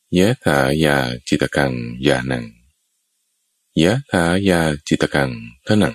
ยะถายาจิตกังยานังยะถายาจิตกังทนัง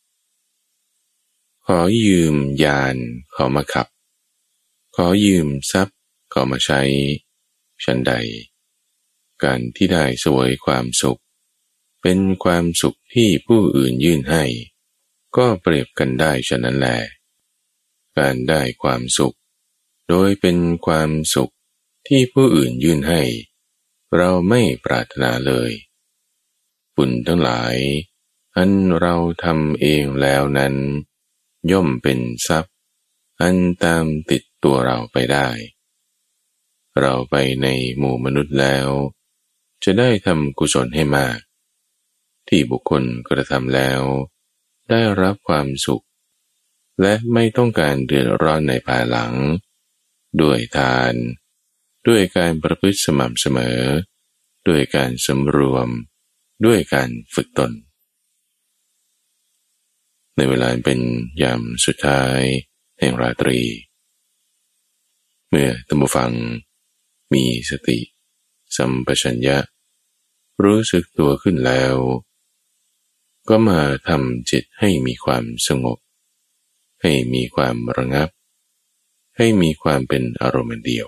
ขอยืมยานขอมาขับขอยืมทรัพย์ขอมาใช้ฉันใดการที่ได้เสวยความสุขเป็นความสุขที่ผู้อื่นยื่นให้ก็เปรียบกันได้ฉะนั้นแลการได้ความสุขโดยเป็นความสุขที่ผู้อื่นยื่นให้เราไม่ปรารถนาเลยบุญทั้งหลายอันเราทำเองแล้วนั้นย่อมเป็นทรัพย์อันตามติดตัวเราไปได้เราไปในหมู่มนุษย์แล้วจะได้ทำกุศลให้มากที่บุคคลกระทำแล้วได้รับความสุขและไม่ต้องการเดือดร้อนในภายหลังด้วยทานด้วยการประพฤติสม่ำเสมอด้วยการสำรวมด้วยการฝึกตนในเวลาเป็นยามสุดท้ายแห่งราตรีเมื่อท่านผู้ฟังมีสติสัมปชัญญะรู้สึกตัวขึ้นแล้วก็มาทำจิตให้มีความสงบให้มีความระงับให้มีความเป็นอารมณ์เดียว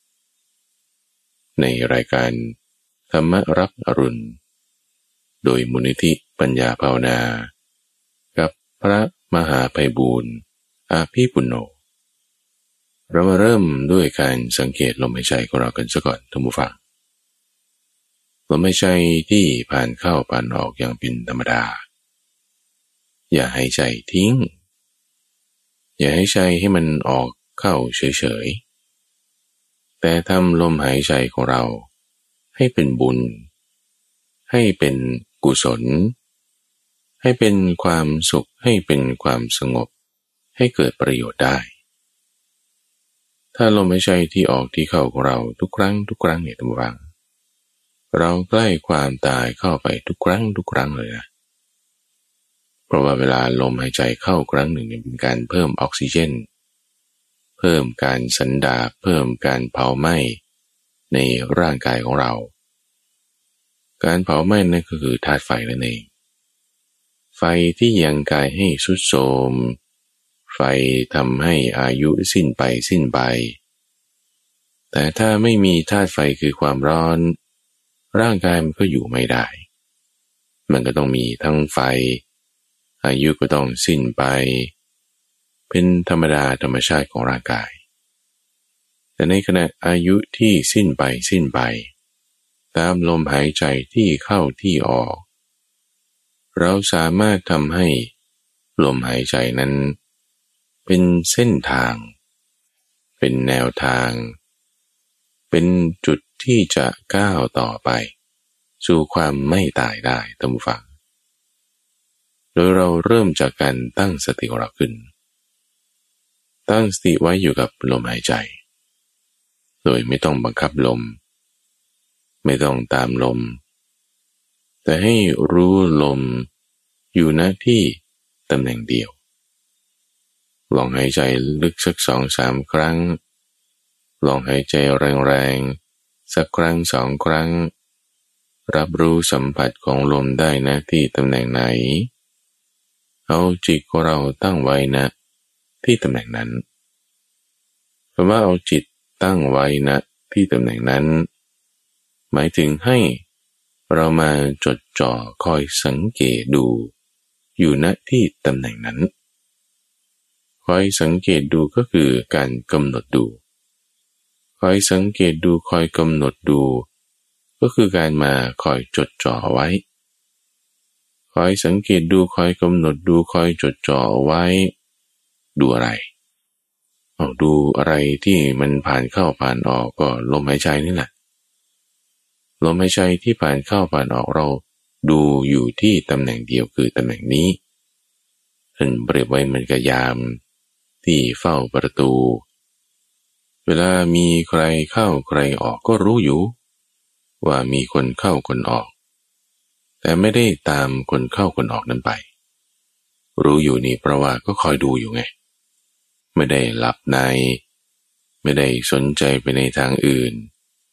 ในรายการธรรมรับอรุณโดยมูลนิธิปัญญาภาวนากับพระมหาไพบูลย์อาภีปุณโญเรามาเริ่มด้วยการสังเกตลมหายใจของเรากันซะก่อนท่านผู้ฟังลมหายใจที่ผ่านเข้าผ่านออกอย่างเป็นธรรมดาอย่าให้ใจทิ้งอย่าให้ใจให้มันออกเข้าเฉยๆแต่ทำลมหายใจของเราให้เป็นบุญให้เป็นกุศลให้เป็นความสุขให้เป็นความสงบให้เกิดประโยชน์ได้ถ้าลมหายใจที่ออกที่เข้าของเราทุกครั้งเนี่ยท่านผู้ฟังเราใกล้ความตายเข้าไปทุกครั้งเลยนะเพราะว่าเวลาลมหายใจเข้าครั้งหนึ่งเป็นการเพิ่มออกซิเจนเพิ่มการสันดาปเพิ่มการเผาไหม้ในร่างกายของเราการเผาไหม้นั่นก็คือธาตุไฟนั่นเองไฟที่ยังกายให้ทรุดโทรมไฟทำให้อายุสิ้นไปแต่ถ้าไม่มีธาตุไฟคือความร้อนร่างกายมันก็อยู่ไม่ได้มันก็ต้องมีทั้งไฟอายุก็ต้องสิ้นไปเป็นธรรมดาธรรมชาติของร่างกายแต่ในขณะอายุที่สิ้นไปตามลมหายใจที่เข้าที่ออกเราสามารถทำให้ลมหายใจนั้นเป็นเส้นทางเป็นแนวทางเป็นจุดที่จะก้าวต่อไปสู่ความไม่ตายได้ท่านผู้ฟังโดยเราเริ่มจากการตั้งสติของเราขึ้นตั้งสติไว้อยู่กับลมหายใจโดยไม่ต้องบังคับลมไม่ต้องตามลมแต่ให้รู้ลมอยู่ณที่ตำแหน่งเดียวลองหายใจลึกสัก 2-3 ครั้งลองหายใจแรงๆสักครั้ง2 ครั้งรับรู้สัมผัสของลมได้นะที่ตำแหน่งไหนเอาจิตของเราตั้งไว้นะที่ตำแหน่งนั้นเพราะว่าเอาจิตตั้งไว้นะที่ตำแหน่งนั้นหมายถึงให้เรามาจดจ่อคอยสังเกตดูอยู่ณที่ตำแหน่งนั้นคอยสังเกตดูก็คือการกำหนดดูคอยสังเกตดูคอยกำหนดดูก็คือการมาคอยจดจ่อไว้คอยสังเกตดูคอยกำหนดดูคอยจดจ่อไว้ดูอะไรดูอะไรที่มันผ่านเข้าผ่านออกก็ลมหายใจนี่แหละลมหายใจที่ผ่านเข้าผ่านออกเราดูอยู่ที่ตำแหน่งเดียวคือตำแหน่งนี้ท่านเปรียบไว้เหมือนกับยามที่เฝ้าประตูเวลามีใครเข้าใครออกก็รู้อยู่ว่ามีคนเข้าคนออกแต่ไม่ได้ตามคนเข้าคนออกนั้นไปรู้อยู่นี่เพราะว่าก็คอยดูอยู่ไงไม่ได้หลับในไม่ได้สนใจไปในทางอื่น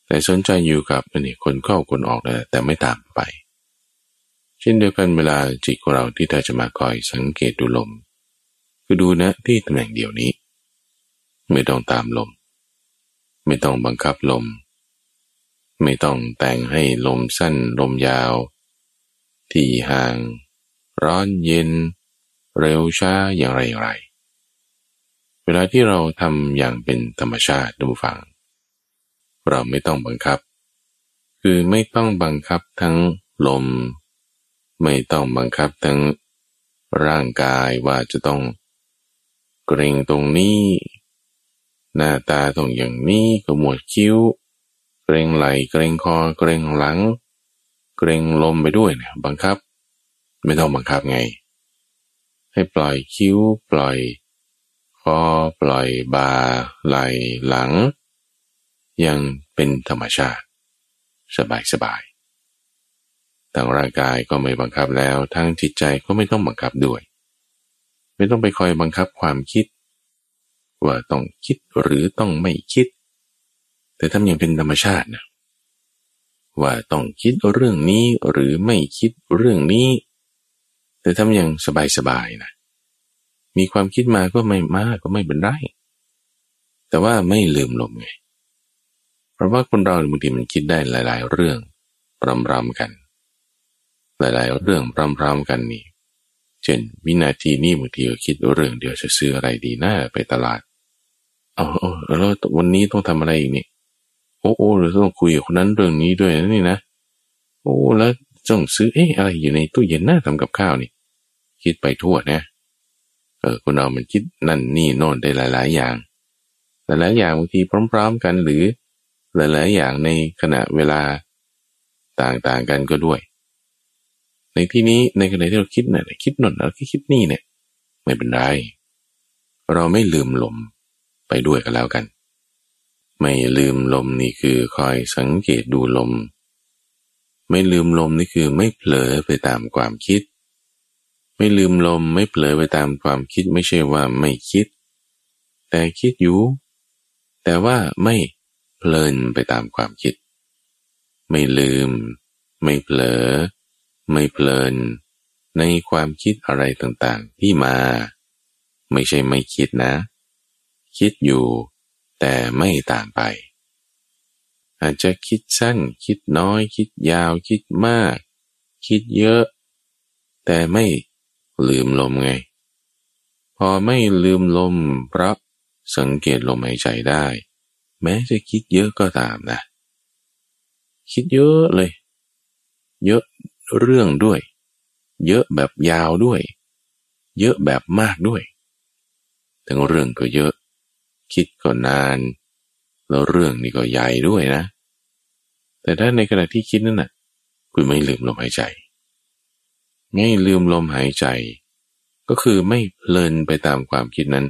แต่สนใจอยู่กับนี่คนเข้าคนออกแต่ไม่ตามไปเช่นเดียวกันเวลาจิตของเราที่เราจะมาคอยสังเกตดูลมคือดูนะที่ตำแหน่งเดียวนี้ไม่ต้องตามลมไม่ต้องบังคับลมไม่ต้องแต่งให้ลมสั้นลมยาวที่ห่างร้อนเย็นเร็วช้าอย่างไรเวลาที่เราทำอย่างเป็นธรรมชาติดูฟังเราไม่ต้องบังคับคือไม่ต้องบังคับทั้งลมไม่ต้องบังคับทั้งร่างกายว่าจะต้องเกร็งตรงนี้หน้าตาตรงอย่างนี้ขมวดคิ้วเกร็งไหล่เกร็งคอเกร็งหลังเกร็งลมไปด้วยเนี่ยบังคับไม่ต้องบังคับไงให้ปล่อยคิ้วปล่อยคอปล่อยบ่าไหล่หลังยังเป็นธรรมชาติสบายทางร่างกายก็ไม่บังคับแล้วทางจิตใจก็ไม่ต้องบังคับด้วยไม่ต้องไปคอยบังคับความคิดว่าต้องคิดหรือต้องไม่คิดแต่ทำอย่างเป็นธรรมชาตินะว่าต้องคิดเรื่องนี้หรือไม่คิดเรื่องนี้แต่ทำอย่างสบายนะมีความคิดมาก็ไม่มากก็ไม่เป็นไรแต่ว่าไม่ลืมลมไงเพราะว่าคนเราบางทีมันคิดได้หลายๆเรื่องรำๆกันหลายๆเรื่องพร้อมๆกันนี่เช่นวินาทีนี้บางทีก็คิดเรื่องเดียวจะซื้ออะไรดีนะไปตลาดแล้ววันนี้ต้องทำอะไรอีกนี่โอ้เราต้องคุยกับคนนั้นเรื่องนี้ด้วยนะนี่นะโอ้แล้วต้องซื้ออะไรอยู่ในตู้เย็นน่าทำกับข้าวนี่คิดไปทั่วนะคนเรามันคิดนั่นนี่โน่นได้หลายๆอย่างหลายๆอย่างบางทีพร้อมๆกันหรือหลายๆอย่างในขณะเวลาต่างๆกันก็ด้วยในที่นี้ในขณะที่เราคิดน่ะคิดโน่นแล้วคิดนี่เนี่ยไม่เป็นไรเราไม่ลืมลมไปด้วยกันแล้วกันไม่ลืมลมนี่คือคอยสังเกตดูลมไม่ลืมลมนี่คือไม่เผลอไปตามความคิดไม่ลืมลมไม่เผลอไปตามความคิดไม่ใช่ว่าไม่คิดแต่คิดอยู่แต่ว่าไม่เพลินไปตามความคิดไม่ลืมไม่เผลอไม่เพลินในความคิดอะไรต่างๆที่มาไม่ใช่ไม่คิดนะคิดอยู่แต่ไม่ตามไปอาจจะคิดสั้นคิดน้อยคิดยาวคิดมากคิดเยอะแต่ไม่ลืมลมไงพอไม่ลืมลมเพราะสังเกตลมหายใจได้แม้จะคิดเยอะก็ตามนะคิดเยอะเลยเยอะเรื่องด้วยเยอะแบบยาวด้วยเยอะแบบมากด้วยทั้งเรื่องก็เยอะคิดก็นานแล้วเรื่องนี้ก็ใหญ่ด้วยนะแต่ถ้าในขณะที่คิดนั่นน่ะคุณไม่ลืมลมหายใจไม่ลืมลมหายใจก็คือไม่เพลินไปตามความคิดนั้น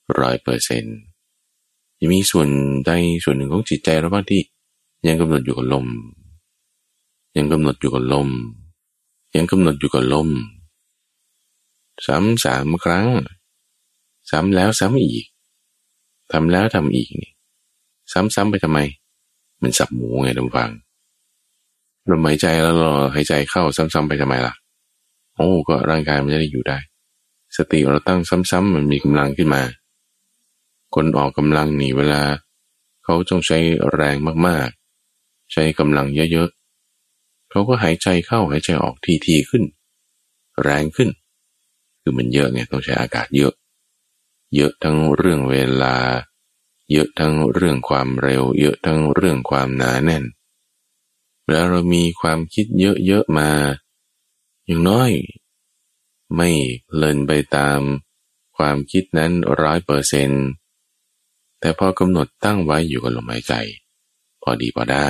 100%จะมีส่วนใดส่วนหนึ่งของจิตใจเราบ้างที่ยังกำหนดอยู่กับลมยังกำหนดอยู่กับลมยังกำหนดอยู่กับลมซ้ำ3 ครั้งซ้ำแล้วซ้ำอีกทำแล้วทำอีกนี่ซ้ำๆไปทำไมมันสับหมูไงท่านฟังลมหายใจแล้วเราหายใจเข้าซ้ำๆไปทำไมล่ะก็ร่างกายมันจะได้อยู่ได้สติเราตั้งซ้ำๆมันมีกำลังขึ้นมาคนออกกำลังนี่เวลาเขาต้องใช้แรงมากๆใช้กำลังเยอะๆเขาก็หายใจเข้าหายใจออกทีๆขึ้นแรงขึ้นคือมันเยอะไงต้องใช้อากาศเยอะทั้งเรื่องเวลาเยอะทั้งเรื่องความเร็วเยอะทั้งเรื่องความหนาแน่นแล้วเรามีความคิดเยอะๆมาอย่างน้อยไม่เพลินไปตามความคิดนั้น100%แต่พอกำหนดตั้งไว้อยู่กับลมหายใจพอดีพอได้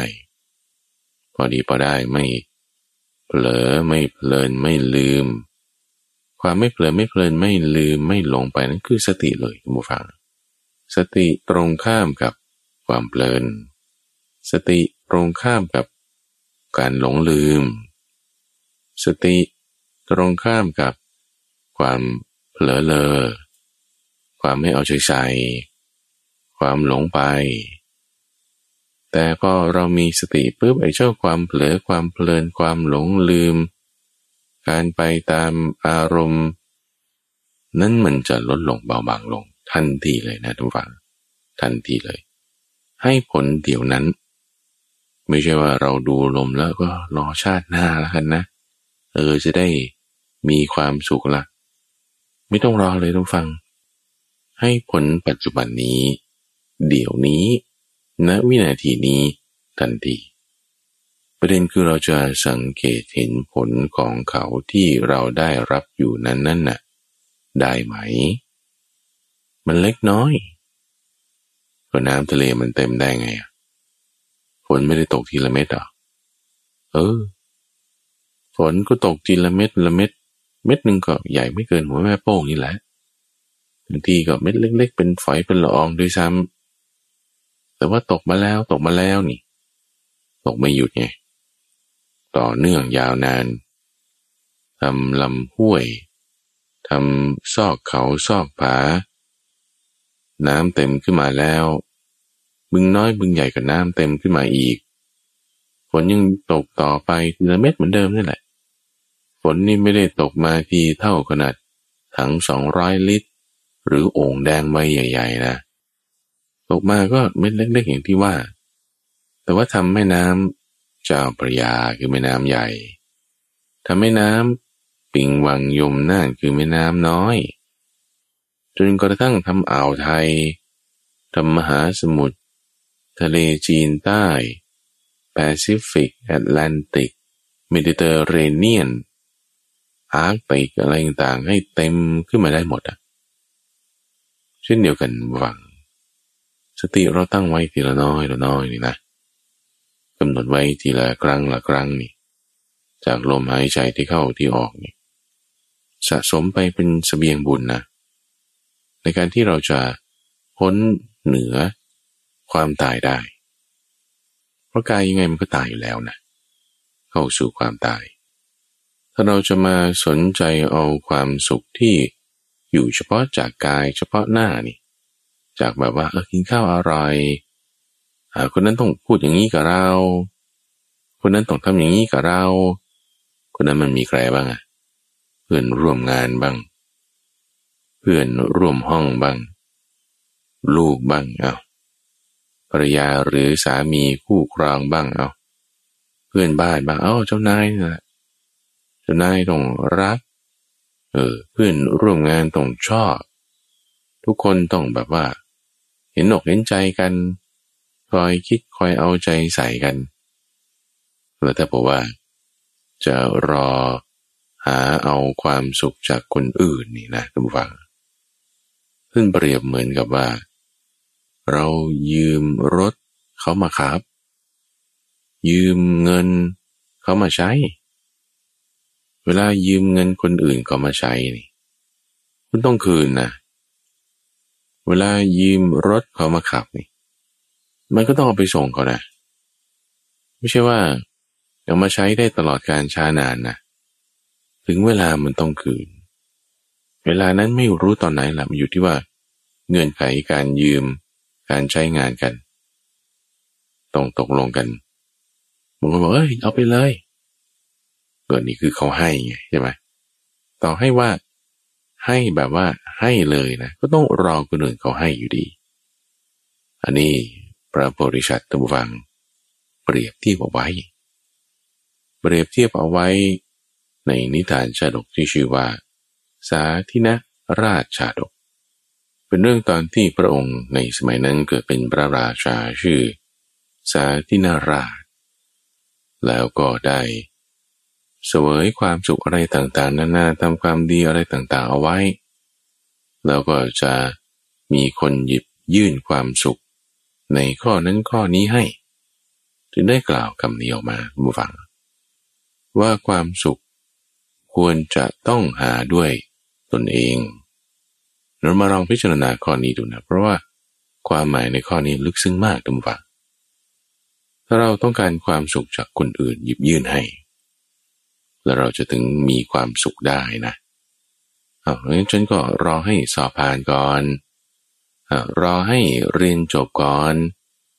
ไม่เผลอไม่เพลินไม่ลืมความไม่เผลอไม่เพลินไม่ลืมไม่หลงไปนั่นคือสติเลยคุณผู้ฟังสติตรงข้ามกับความเพลินสติตรงข้ามกับการหลงลืมสติตรงข้ามกับความเผลอเลอความไม่เอาใจใส่ความหลงไปแต่พอเรามีสติปุ๊บไอ้เจ้าความเผลอความเพลินความหลงลืมการไปตามอารมณ์นั้นมันจะลดลงเบาบางลงทันทีเลยนะทุกฝังทันทีเลยให้ผลเดี๋ยวนั้นไม่ใช่ว่าเราดูลมแล้วก็รอชาติหน้าแล้วกันนะจะได้มีความสุขละไม่ต้องรอเลยทุกฝังให้ผลปัจจุบันนี้เดี๋ยวนี้ณวินาทีนี้ทันทีประเด็นคือเราจะสังเกตเห็นผลของเขาที่เราได้รับอยู่นั้นน่ะได้ไหมมันเล็กน้อยก็น้ำทะเลมันเต็มได้ไงฝนไม่ได้ตกทีละเม็ดหรอฝนก็ตกทีละเม็ดละเม็ดเม็ดหนึ่งก็ใหญ่ไม่เกินหัวแม่โป้งนี่แหละบางทีก็เม็ดเล็กๆเป็นฝอยเป็นละอองด้วยซ้ำแต่ว่าตกมาแล้วนี่ตกไม่หยุดไงต่อเนื่องยาวนานทำลำห้วยทำซอกเขาซอกผาน้ำเต็มขึ้นมาแล้วบึงน้อยบึงใหญ่กับน้ำเต็มขึ้นมาอีกฝนยังตกต่อไปทีละเม็ดเหมือนเดิมนี่แหละฝนนี่ไม่ได้ตกมาทีเท่าขนาดถัง200 ลิตรหรือโอ่งแดงใบใหญ่ๆนะตกมาก็เม็ดเล็กๆอย่างที่ว่าแต่ว่าทำแม่น้ำเจ้าพระยาคือแม่น้ำใหญ่ทำแม่น้ำปิงวังยมน่านคือแม่น้ำน้อยจนกระทั่งทำอ่าวไทยทำมหาสมุทรทะเลจีนใต้แปซิฟิกแอตแลนติกเมดิเตอร์เรเนียนอาร์กติกอะไรต่างๆให้เต็มขึ้นมาได้หมดเช่นเดียวกันหวังสติเราตั้งไว้ทีละน้อยละน้อยนี่นะกำหนดไว้ทีละครั้งละครั้งนี่จากลมหายใจที่เข้าที่ออกนี่สะสมไปเป็นเสบียงบุญนะในการที่เราจะพ้นเหนือความตายได้เพราะกายยังไงมันก็ตายอยู่แล้วนะเข้าสู่ความตายถ้าเราจะมาสนใจเอาความสุขที่อยู่เฉพาะจากกายเฉพาะหน้านี่จากแบบว่ากินข้าวอร่อยคนนั้นต้องพูดอย่างนี้กับเราคนนั้นต้องทำอย่างนี้กับเราคนนั้นมันมีใครบ้างเพื่อนร่วมงานบ้างเพื่อนร่วมห้องบ้างลูกบ้างภรรยาหรือสามีคู่ครองบ้างเพื่อนบ้านบ้างเจ้านายนี่แหละเจ้านายต้องรักเพื่อนร่วมงานต้องชอบทุกคนต้องแบบว่าเห็นอกเห็นใจกันคอยคิดคอยเอาใจใส่กันแล้วถ้าบอกว่าจะรอหาเอาความสุขจากคนอื่นนี่นะท่านผู้ฟังซึ่งเปรียบเหมือนกับว่าเรายืมรถเขามาขับยืมเงินเขามาใช้เวลายืมเงินคนอื่นเขามาใช้นี่คุณต้องคืนนะเวลายืมรถเขามาขับนี่มันก็ต้องเอาไปส่งเขานะไม่ใช่ว่าเอามาใช้ได้ตลอดการช้านานนะถึงเวลามันต้องคืนเวลานั้นไม่รู้ตอนไหนล่ะมันอยู่ที่ว่าเงื่อนไขการยืมการใช้งานกันต้องตกลงกันบางคนบอกเอาไปเลยก็นี่คือเขาให้ไงใช่ไหมต่อให้ว่าให้แบบว่าให้เลยนะก็ต้องรอคนอื่นเขาให้อยู่ดีอันนี้พระโพธิสัตว์ท่านผู้ฟังเปรียบเทียบเอาไว้ในนิทานชาดกที่ชื่อว่าสาธินราชชาดกเป็นเรื่องตอนที่พระองค์ในสมัยนั้นเกิดเป็นพระราชาชื่อสาธินราชแล้วก็ได้เสวยความสุขอะไรต่างๆนานาทำความดีอะไรต่างๆเอาไว้แล้วก็จะมีคนหยิบยื่นความสุขในข้อนั้นข้อนี้ให้จึงได้กล่าวคำนี้ออกมาผู้ฟังว่าความสุขควรจะต้องหาด้วยตนเองเรามาลองพิจารณาข้อนี้ดูนะเพราะว่าความหมายในข้อนี้ลึกซึ้งมากทุกฝั่งถ้าเราต้องการความสุขจากคนอื่นหยิบยื่นให้แล้วเราจะถึงมีความสุขได้นะงั้นฉันก็รอให้สอบผ่านก่อนรอให้เรียนจบก่อน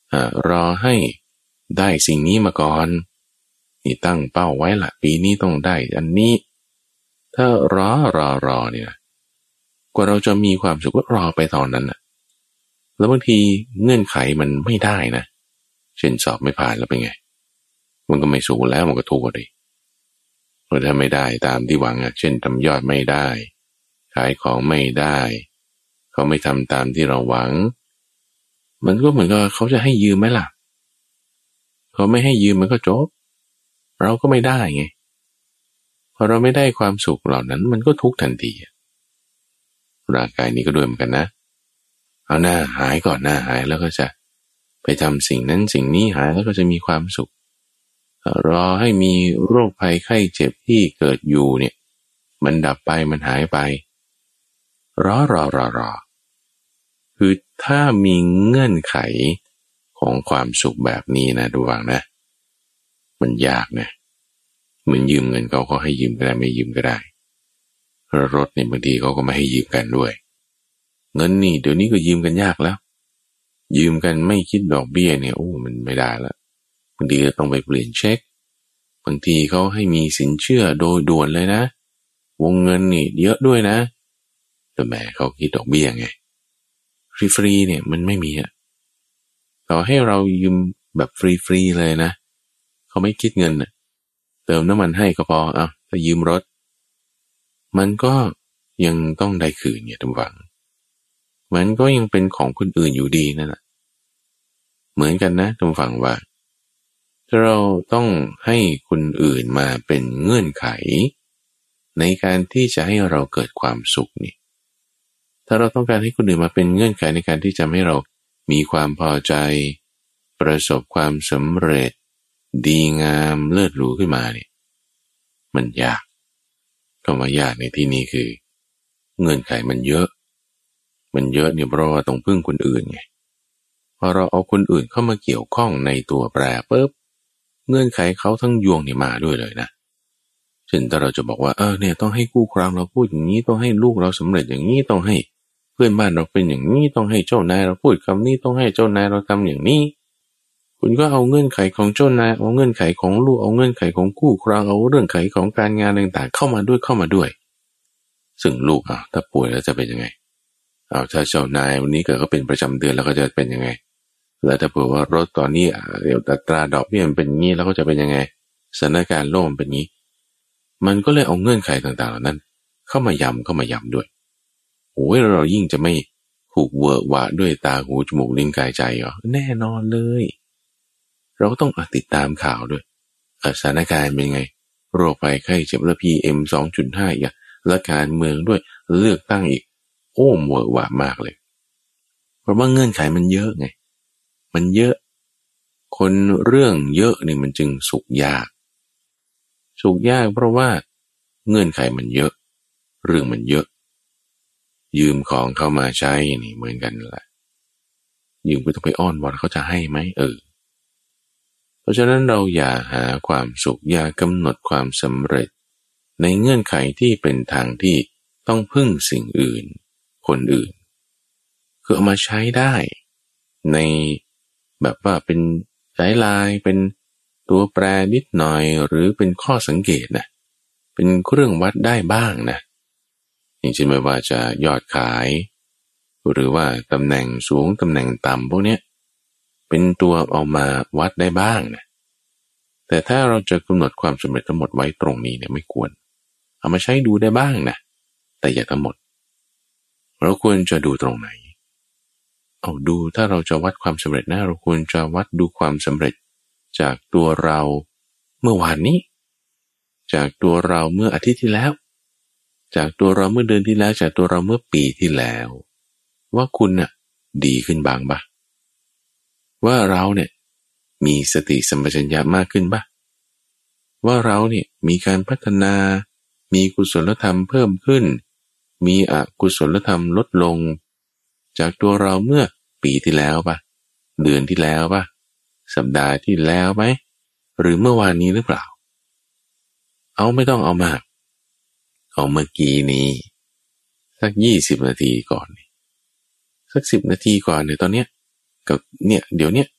รอให้ได้สิ่งนี้มาก่อนนี่ตั้งเป้าไว้ละปีนี้ต้องได้อันนี้ถ้ารอเนี่ยกว่าเราจะมีความสุขก็รอไปตอนนั้นน่ะแล้วบางทีเงื่อนไขมันไม่ได้นะเช่นสอบไม่ผ่านแล้วเป็นไงมันก็ไม่สู้แล้วมันก็ทุกข์เลยเพราะถ้าไม่ได้ตามที่หวังเช่นทำยอดไม่ได้ขายของไม่ได้เขาไม่ทำตามที่เราหวังมันก็เหมือนกับเขาจะให้ยืมไหมล่ะเขาไม่ให้ยืมมันก็จบเราก็ไม่ได้ไงพอเราไม่ได้ความสุขเหล่านั้นมันก็ทุกข์ทันทีร่างกายนี้ก็ด้วยเหมือนกันนะเอาหน้าหายก่อนหน้าหายแล้วก็จะไปทำสิ่งนั้นสิ่งนี้หายแล้วก็จะมีความสุขรอให้มีโรคภัยไข้เจ็บที่เกิดอยู่เนี่ยมันดับไปมันหายไปรอคือถ้ามีเงื่อนไขของความสุขแบบนี้นะดูฟังนะมันยากนะเหมือนยืมเงินเขาให้ยืมก็ได้ไม่ยืมก็ได้รถเนี่ยบางทีเขาก็ไม่ให้ยืมกันด้วยเงินนี่เดี๋ยวนี้ก็ยืมกันยากแล้วยืมกันไม่คิดดอกเบี้ยเนี่ยโอ้มันไม่ได้ละบางทีก็ต้องไปเปลี่ยนเช็คบางทีเขาให้มีสินเชื่อโดยด่วนเลยนะวงเงินนี่เยอะด้วยนะแต่แหมเขาคิดดอกเบี้ยไงฟรีเนี่ยมันไม่มีต่อให้เรายืมแบบฟรีเลยนะเขาไม่คิดเงินเติมน้ำมันให้ก็พอถ้ายืมรถมันก็ยังต้องได้คืนเนี่ยทุกฝังมันก็ยังเป็นของคนอื่นอยู่ดีนั่นแหละเหมือนกันนะทุกฝังว่าเราต้องให้คนอื่นมาเป็นเงื่อนไขในการที่จะให้เราเกิดความสุขนี่ถ้าเราต้องการให้คนอื่นมาเป็นเงื่อนไขในการที่จะให้เรามีความพอใจประสบความสำเร็จดีงามเลิศหรูขึ้นมาเนี่ยมันยากคำว่ายากในที่นี้คือเงื่อนไขมันเยอะเนี่ยเพราะว่าต้องพึ่งคนอื่นไงพอเราเอาคนอื่นเข้ามาเกี่ยวข้องในตัวแปรปุ๊บเงื่อนไขเขาทั้งยวงนี่มาด้วยเลยนะเช่นถ้าเราจะบอกว่าเนี่ยต้องให้คู่ครองเราพูดอย่างนี้ต้องให้ลูกเราสำเร็จอย่างนี้ต้องให้เพื่อนบ้านเราเป็นอย่างนี้ต้องให้เจ้านายเราพูดคำนี้ต้องให้เจ้านายเราทำอย่างนี้คุณก็เอาเงื่อนไขของเจ้านายเอาเงื่อนไขของลูกเอาเงื่อนไขของคู่ครองเอาเรื่องไขของการงานต่างๆเข้ามาด้วยซึ่งลูกถ้าป่วยแล้วจะเป็นยังไงถ้าเจ้านายวันนี้เกิดก็เป็นประจำเดือนแล้วก็จะเป็นยังไงแล้วถ้าเผื่อว่ารถตอนนี้เดี๋ยวอัตราดอกเบี้ยมันเป็นอย่างนี้แล้วก็จะเป็นยังไงสถานการณ์โลกมันเป็นอย่างนี้มันก็เลยเอาเงื่อนไขต่างๆเหล่านั้นเข้ามาย้ำด้วยโอ้ยเรายิ่งจะไม่ผูกเวอะหวะด้วยตาหูจมูกลิ้นกายใจแน่นอนเลยเราก็ต้องติดตามข่าวด้วยสถานการณ์เป็นไงโรคภัยไข้เจ็บและ PM 2.5 อีกและการเมืองด้วยเลือกตั้งอีกโอ้เวอะหวะมากเลยเพราะว่าเงื่อนไขมันเยอะไงมันเยอะคนเรื่องเยอะนี่มันจึงสุขยากเพราะว่าเงื่อนไขมันเยอะเรื่องมันเยอะยืมของเข้ามาใช้นี่เหมือนกันแหละยืมก็ต้องไปอ้อนวอนเขาจะให้ไหมเพราะฉะนั้นเราอย่าหาความสุขอย่ากำหนดความสำเร็จในเงื่อนไขที่เป็นทางที่ต้องพึ่งสิ่งอื่นคนอื่นคือเอามาใช้ได้ในแบบว่าเป็นสายลายเป็นตัวแปรนิดหน่อยหรือเป็นข้อสังเกตนะเป็นเครื่องวัดได้บ้างนะอย่างเช่นไม่ว่าจะยอดขายหรือว่าตำแหน่งสูงตำแหน่งต่ำพวกนี้เป็นตัวเอามาวัดได้บ้างนะแต่ถ้าเราจะกำหนดความสำเร็จทั้งหมดไว้ตรงนี้เนี่ยไม่ควรเอามาใช้ดูได้บ้างนะแต่อย่าทั้งหมดเราควรจะดูตรงไหนดูถ้าเราจะวัดความสำเร็จนะเราควรจะวัดดูความสำเร็จจากตัวเราเมื่อวานนี้จากตัวเราเมื่ออาทิตย์ที่แล้วจากตัวเราเมื่อเดือนที่แล้วจากตัวเราเมื่อปีที่แล้วว่าคุณน่ะดีขึ้นบ้างปะว่าเราเนี่ยมีสติสัมปชัญญะมากขึ้นปะว่าเราเนี่ยมีการพัฒนามีกุศลธรรมเพิ่มขึ้นมีอกุศลธรรมลดลงจากตัวเราเมื่อปีที่แล้วปะเดือนที่แล้วปะสัปดาห์ที่แล้วไหมหรือเมื่อวานนี้หรือเปล่าไม่ต้องเอามากเอาเมื่อกี้นี้สัก20 นาทีก่อนสัก10 นาทีก่อนเนี่ยตอนเนี้ยกับเนี่ยเดี๋ยวเนี้ย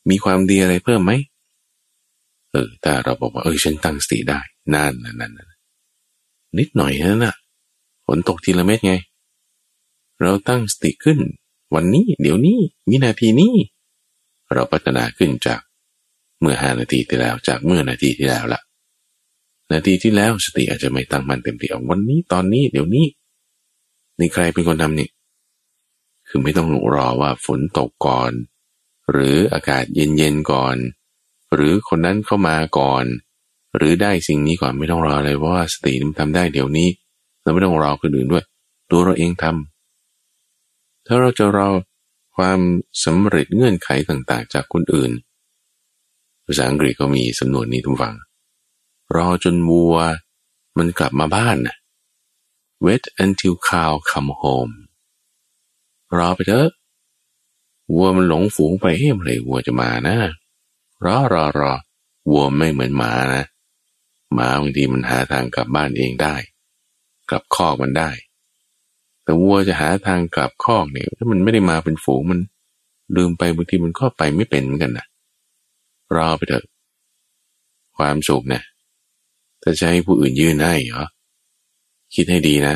มีความดีอะไรเพิ่มไหมถ้าเราบอกว่าฉันตั้งสติได้นั่นนิดหน่อยนั่นน่ะฝนตกทีละเม็ดไงเราตั้งสติขึ้นวันนี้เดี๋ยวนี้วินาทีนี้เราพัฒนาขึ้นจากเมื่อ5 นาทีที่แล้วจากเมื่อนาทีที่แล้วละนาทีที่แล้วสติอาจจะไม่ตั้งมั่นเต็มที่วันนี้ตอนนี้เดี๋ยวนี้นี่ใครเป็นคนทำนี่คือไม่ต้องรอว่าฝนตกก่อนหรืออากาศเย็นๆก่อนหรือคนนั้นเข้ามาก่อนหรือได้สิ่งนี้ก่อนไม่ต้องรอเลยเพราะว่าสติมันทำได้เดี๋ยวนี้เราไม่ต้องรอคนอื่นด้วยตัวเราเองทำถ้าเราจะรอความสำเร็จเงื่อนไขต่างๆจากคนอื่นภาษาอังกฤษก็มีสำนวนนี้ทุกฝังรอจนวัวมันกลับมาบ้านนะ wait until cow come home รอไปเถอะวัวมันหลงฝูงไปเมื่อไหร่วัวจะมานะรอวัวไม่เหมือนหมานะหมาบางทีมันหาทางกลับบ้านเองได้กลับคอกมันได้แต่วัวจะหาทางกลับคอกเนี่ยถ้ามันไม่ได้มาเป็นฝูงมันลืมไปบางทีมันก็ไปไม่เป็นเหมือนกันนะรอไปเถอะความสุขเนี่ยถ้าจะให้ผู้อื่นยื่นให้เหรอคิดให้ดีนะ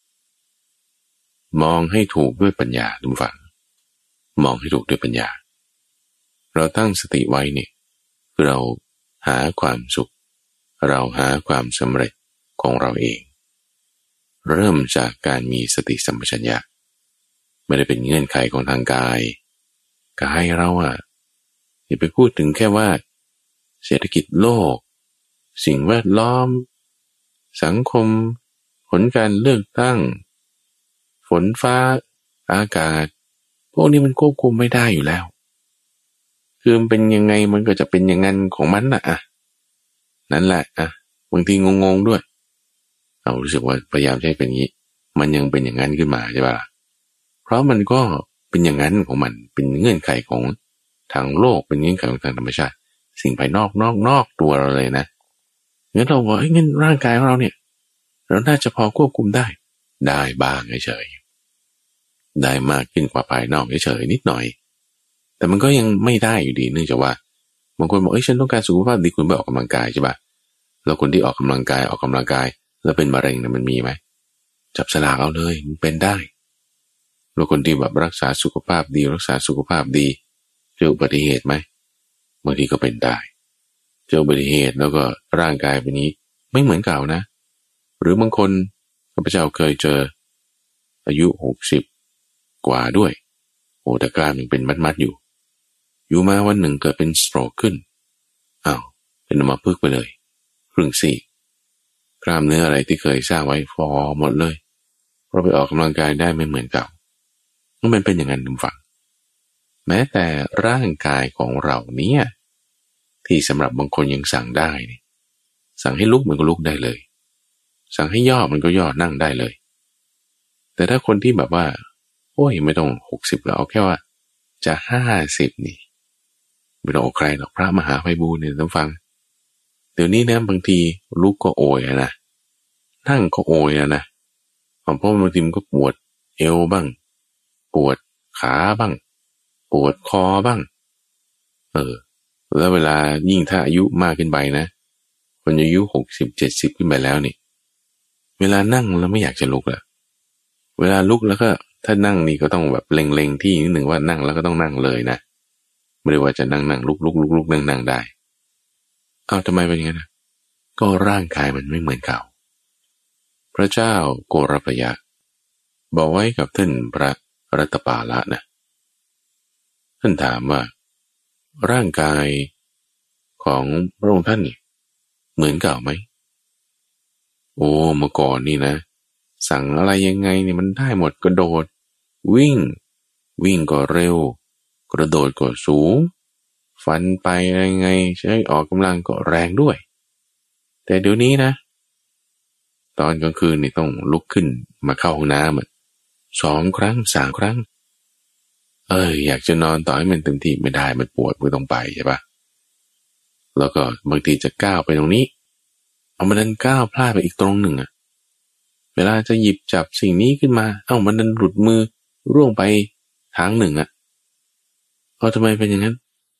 มองให้ถูกด้วยปัญญาทุกฝั่งมองให้ถูกด้วยปัญญาเราตั้งสติไว้เนี่ยคือเราหาความสุขเราหาความสำเร็จของเราเองเริ่มจากการมีสติสัมปชัญญะไม่ได้เป็นเงื่อนไขของทางกายเราอย่าไปพูดถึงแค่ว่าเศรษฐกิจโลกสิ่งแวดล้อมสังคมผลการเลือกตั้งฝนฟ้าอากาศพวกนี้มันควบคุมไม่ได้อยู่แล้วคือมันเป็นยังไงมันก็จะเป็นอย่างนั้นของมันนั่นแหละบางทีงงด้วยเอารู้สึกว่าพยายามใช้เป็นอย่างนี้มันยังเป็นอย่างนั้นขึ้นมาใช่ป่ะเพราะมันก็เป็นอย่างนั้นของมันเป็นเงื่อนไขของทางโลกเป็นเงื่อนไขของทางธรรมชาติสิ่งภายนอกตัวเราเลยนะงั้นเราบอกงั้นร่างกายของเราเนี่ยเราน่าจะพอควบคุมได้บ้างเฉยๆได้มากขึ้นกว่าภายนอกเฉยๆนิดหน่อยแต่มันก็ยังไม่ได้อยู่ดีเนื่องจากว่าบางคนบอกฉันต้องการสุขภาพดีคุณไปออกกำลังกายใช่ป่ะแล้วคนที่ออกกำลังกายแล้วเป็นมะเร็งเนี่ยมันมีไหมจับฉลากเอาเลยมันเป็นได้แล้วคนที่แบบรักษาสุขภาพดีเจออุบัติเหตุไหมบางทีก็เป็นได้เจออุบัติเหตุแล้วก็ร่างกายเป็นนี้ไม่เหมือนเก่านะหรือบางคนข้าพเจ้าเคยเจออายุ60กว่าด้วยแต่กล้ามยังเป็นมัดอยู่มาวันหนึ่งเกิดเป็นสโตรกขึ้นเป็นอัมพฤกษ์ไปเลยครึ่งซีกกล้ามเนื้ออะไรที่เคยสร้างไว้ฟอหมดเลยเพราะไปออกกำลังกายได้ไม่เหมือนเก่ามันเป็นอย่างนั้นทุกฝั่งแม้แต่ร่างกายของเราเนี่ยที่สำหรับบางคนยังสั่งได้นี่สั่งให้ลุกมันก็ลุกได้เลยสั่งให้ย่อมันก็ย่อนั่งได้เลยแต่ถ้าคนที่แบบว่าไม่ต้อง60แล้วเอาแค่ว่าจะ50นี่ไม่ต้องเอาใครหรอกพระมหาไพบูลย์เนี่ยท่านฟังเดี๋ยวนี้นะบางทีลุกก็โอยนะนั่งก็โอยนะเพราะบางทีมันก็ปวดเอวบ้างปวดขาบ้างปวดคอบ้างแล้วเวลายิ่งถ้าอายุมากขึ้นไปนะคนอายุ60-70ขึ้นไปแล้วนี่เวลานั่งแล้วไม่อยากจะลุกแล้วเวลาลุกแล้วก็ถ้านั่งนี่ก็ต้องแบบเล็งที่นิดหนึ่งว่านั่งแล้วก็ต้องนั่งเลยนะไม่ได้ว่าจะนั่งลุกนั่งได้ทำไมเป็นอย่างนั้นก็ร่างกายมันไม่เหมือนเก่าพระเจ้าโกรพยะบอกไว้กับท่านพระรัตปาละนะท่านถามว่าร่างกายของพระองค์ท่านนี่เหมือนเก่าไหมเมื่อก่อนนี่นะสั่งอะไรยังไงเนี่ยมันได้หมดกระโดดวิ่งก็เร็วกระโดดก็สูงฟันไปอะไรไงใช้ออกกำลังก็แรงด้วยแต่เดี๋ยวนี้นะตอนกลางคืนนี่ต้องลุกขึ้นมาเข้าห้องน้ำ2 ครั้ง 3 ครั้งอยากจะนอนต่อให้มันเต็มที่ไม่ได้มันปวดมือต้องไปใช่ปะแล้วก็บางทีจะก้าวไปตรงนี้มันดันก้าวพลาดไปอีกตรงหนึ่งเวลาจะหยิบจับสิ่งนี้ขึ้นมามันดันหลุดมือร่วงไปทางหนึ่งทำไมเป็นอย่างนั้น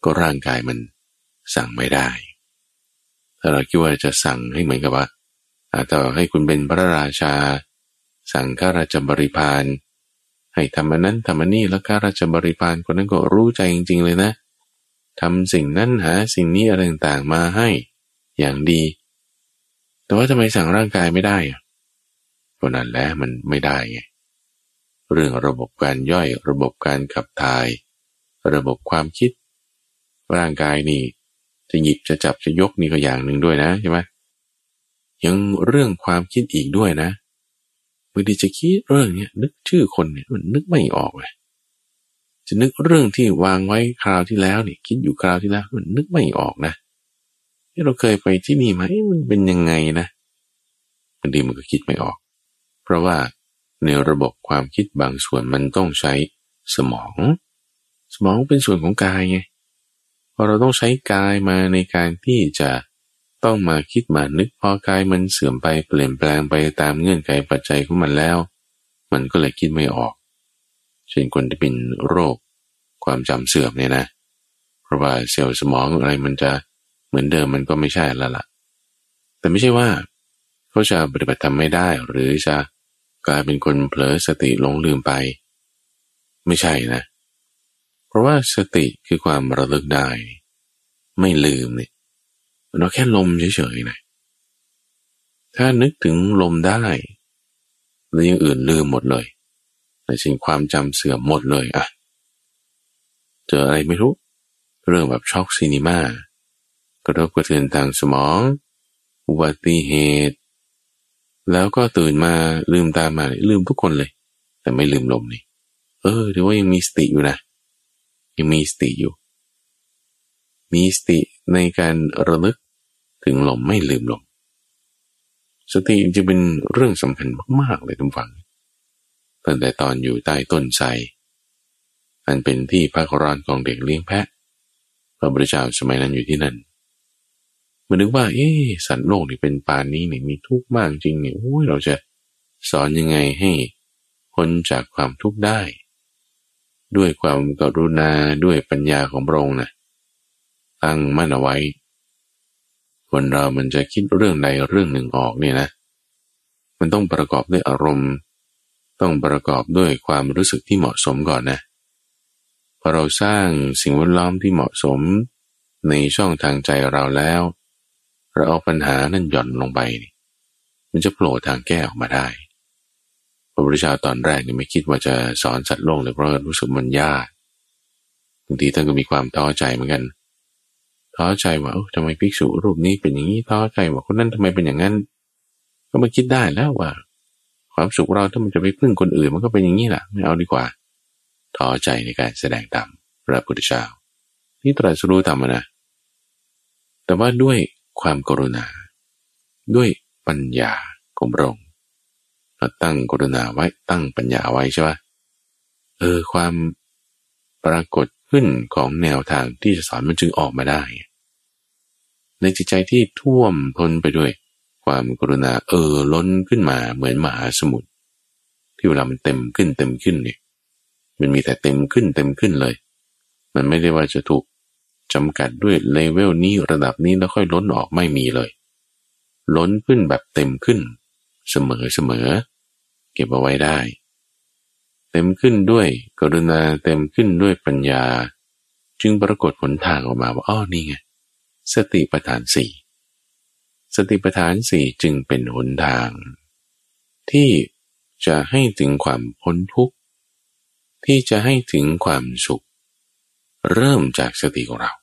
ก็ร่างกายมันสั่งไม่ได้ถ้าเราคิดว่าจะสั่งให้เหมือนกับว่าต่อให้คุณเป็นพระราชาสั่งข้าราชบริพารให้ทำอันนั้นทำอันนี้แล้วข้าราชบริพารคนนั้นก็รู้ใจจริงๆเลยนะทำสิ่งนั้นหาสิ่งนี้อะไรต่างๆมาให้อย่างดีแต่ว่าทำไมสั่งร่างกายไม่ได้ก็นั่นแหละมันไม่ได้ไงเรื่องระบบการย่อยระบบการขับถ่ายระบบความคิดร่างกายนี่จะหยิบจะจับจะยกนี่ก็อย่างหนึ่งด้วยนะใช่ไหมยังเรื่องความคิดอีกด้วยนะบางทีจะคิดเรื่องนี้นึกชื่อคนเนี่ยมันนึกไม่ออกเลยจะนึกเรื่องที่วางไว้คราวที่แล้วนี่คิดอยู่คราวที่แล้วมันนึกไม่ออกนะที่เราเคยไปที่นี่ไหมมันเป็นยังไงนะบางทีมันก็คิดไม่ออกเพราะว่าในระบบความคิดบางส่วนมันต้องใช้สมองเป็นส่วนของกายไงพอเราต้องใช้กายมาในการที่จะต้องมาคิดมานึกพอกายมันเสื่อมไปเปลี่ยนแปลงไปตามเงื่อนไขปัจจัยของมันแล้วมันก็เลยคิดไม่ออกเช่นคนที่เป็นโรคความจำเสื่อมเนี่ยนะเพราะว่าเซลล์สมองอะไรมันจะเหมือนเดิมมันก็ไม่ใช่แล้วล่ะแต่ไม่ใช่ว่าเขาจะปฏิบัติธรรมไม่ได้หรือจะกลายเป็นคนเผลอสติหลงลืมไปไม่ใช่นะเพราะว่าสติคือความระลึกได้ไม่ลืมเนี่ยเราแค่ลมเฉยๆนะถ้านึกถึงลมได้แล้วอย่างอื่นลืมหมดเลยในสิ่งความจำเสื่อมหมดเลยอะเจออะไรไม่รู้เรื่องแบบช็อกซินิมากระทบกระเทือนทางสมองอุบัติเหตุแล้วก็ตื่นมาลืมตามาลืมทุกคนเลยแต่ไม่ลืมลมนี่ถือว่ายังมีสติอยู่นะยังมีสติอยู่มีสติในการระลึกถึงลมไม่ลืมลมสติจะเป็นเรื่องสำคัญมากๆเลยทุกฝังตั้งแต่ตอนอยู่ใต้ต้นไทรอันเป็นที่พักร้อนของเด็กเลี้ยงแพะพระพุทธเจ้าสมัยนั้นอยู่ที่นั่นมันนึกว่าสัตว์โลกนี่เป็นปานนี้นี่มีทุกข์มากจริงเนี่ยเราจะสอนยังไงให้พ้นจากความทุกข์ได้ด้วยความกรุณาด้วยปัญญาของพระองค์นะตั้งมั่นเอาไว้คนเรามันจะคิดเรื่องใดเรื่องหนึ่งออกเนี่ยนะมันต้องประกอบด้วยอารมณ์ต้องประกอบด้วยความรู้สึกที่เหมาะสมก่อนนะพอเราสร้างสิ่งแวดล้อมที่เหมาะสมในช่องทางใจเราแล้วเราเอาปัญหานั่นหย่อนลงไปมันจะโผล่ทางแก้ออกมาได้พระพุทธเจ้าตอนแรกนี่ไม่คิดว่าจะสอนสัตว์โลกเลยเพราะรู้สึกมันยากบางทีท่านก็มีความท้อใจเหมือนกันท้อใจว่าทำไมภิกษุรูปนี้เป็นอย่างนี้ท้อใจว่าคนนั้นทำไมเป็นอย่างนั้นก็มาคิดได้แล้วว่าความสุขเราถ้ามันจะไปพึ่งคนอื่นมันก็เป็นอย่างนี้แหละไม่เอาดีกว่าท้อใจในการแสดงธรรมพระพุทธเจ้าที่ตรัสรู้ธรรมนะแต่ว่าด้วยความกรุณาด้วยปัญญาของพระองค์เราตั้งกรุณาไว้ตั้งปัญญาไว้ใช่ไหมความปรากฏขึ้นของแนวทางที่จะสอนมันจึงออกมาได้ในจิตใจที่ท่วมท้นไปด้วยความกรุณาล้นขึ้นมาเหมือนมหาสมุทรที่เวลามันเต็มขึ้นเนี่ยมันมีแต่เต็มขึ้นเลยมันไม่ได้ว่าจะถูกจำกัดด้วยเลเวลนี้ระดับนี้แล้วค่อยล้นออกไม่มีเลยล้นขึ้นแบบเต็มขึ้นเสมอเก็บเอาไว้ได้เต็มขึ้นด้วยกรุณาเต็มขึ้นด้วยปัญญาจึงปรากฏหนทางออกมาว่านี่ไงสติปัฏฐาน4สติปัฏฐาน4จึงเป็นหนทางที่จะให้ถึงความพ้นทุกข์ที่จะให้ถึงความสุขเริ่มจากสติของเรา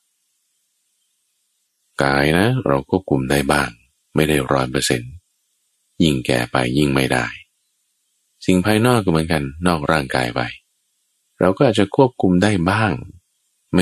กายนะเราควบคุมได้บ้างไม่ได้100%ยิ่งแก่ไปยิ่งไม่ได้สิ่งภายนอกก็เหมือนกันนอกร่างกายไปเราก็อาจจะควบคุมได้บ้างไม่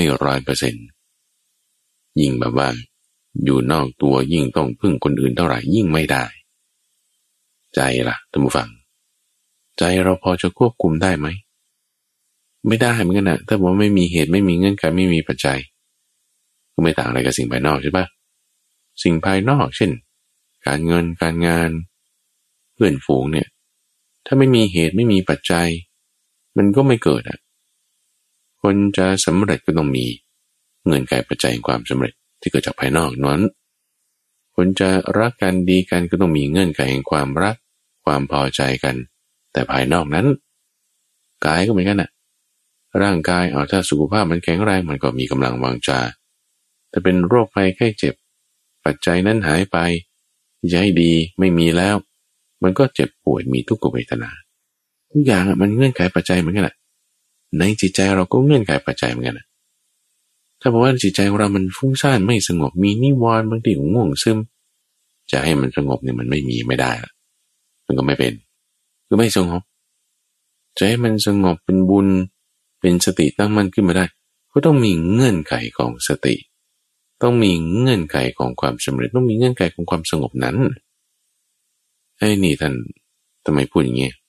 100%ยิ่งแบบว่าอยู่นอกตัวยิ่งต้องพึ่งคนอื่นเท่าไหร่ยิ่งไม่ได้ใจล่ะท่านผู้ฟังใจเราพอจะควบคุมได้ไหมไม่ได้เหมือนกันนะถ้าบอกไม่มีเหตุไม่มีเงื่อนไขไม่มีปัจจัยก็ไม่ต่างอะไรกับสิ่งภายนอกใช่ปะสิ่งภายนอกเช่นการเงินการงานเพื่อนฝูงเนี่ยถ้าไม่มีเหตุไม่มีปัจจัยมันก็ไม่เกิดคนจะสำเร็จก็ต้องมีเงื่อนไขปัจจัยแห่งความสำเร็จที่เกิดจากภายนอกนั้นคนจะรักกันดีกันก็ต้องมีเงื่อนไขแห่งความรักความพอใจกันแต่ภายนอกนั้นกายก็เหมือนกันน่ะร่างกายถ้าสุขภาพมันแข็งแรงมันก็มีกำลังวังชาแต่เป็นโรคภัยไข้เจ็บปัจจัยนั้นหายไปใจดีไม่มีแล้วมันก็เจ็บป่วยมีทุกขเวทนาทุกอย่างมันเงื่อนไขปัจจัยเหมือนกันแหละในจิตใจเราก็เงื่อนไขปัจจัยเหมือนกันนะถ้าบอกว่าจิตใจของเรามันฟุ้งซ่านไม่สงบมีนิวรณ์บางทีง่วงซึมจะให้มันสงบเนี่ยมันไม่ได้ละมันก็ไม่เป็นคือไม่สงบจะให้มันสงบเป็นบุญเป็นสติตั้งมั่นขึ้นมาได้ก็ต้องมีเงื่อนไขของสติต้องมีเงื่อนไขของความสำเร็จต้องมีเงื่อนไขของความสงบนั้นไอ้นี่ท่านทำไมพูดอย่างนี้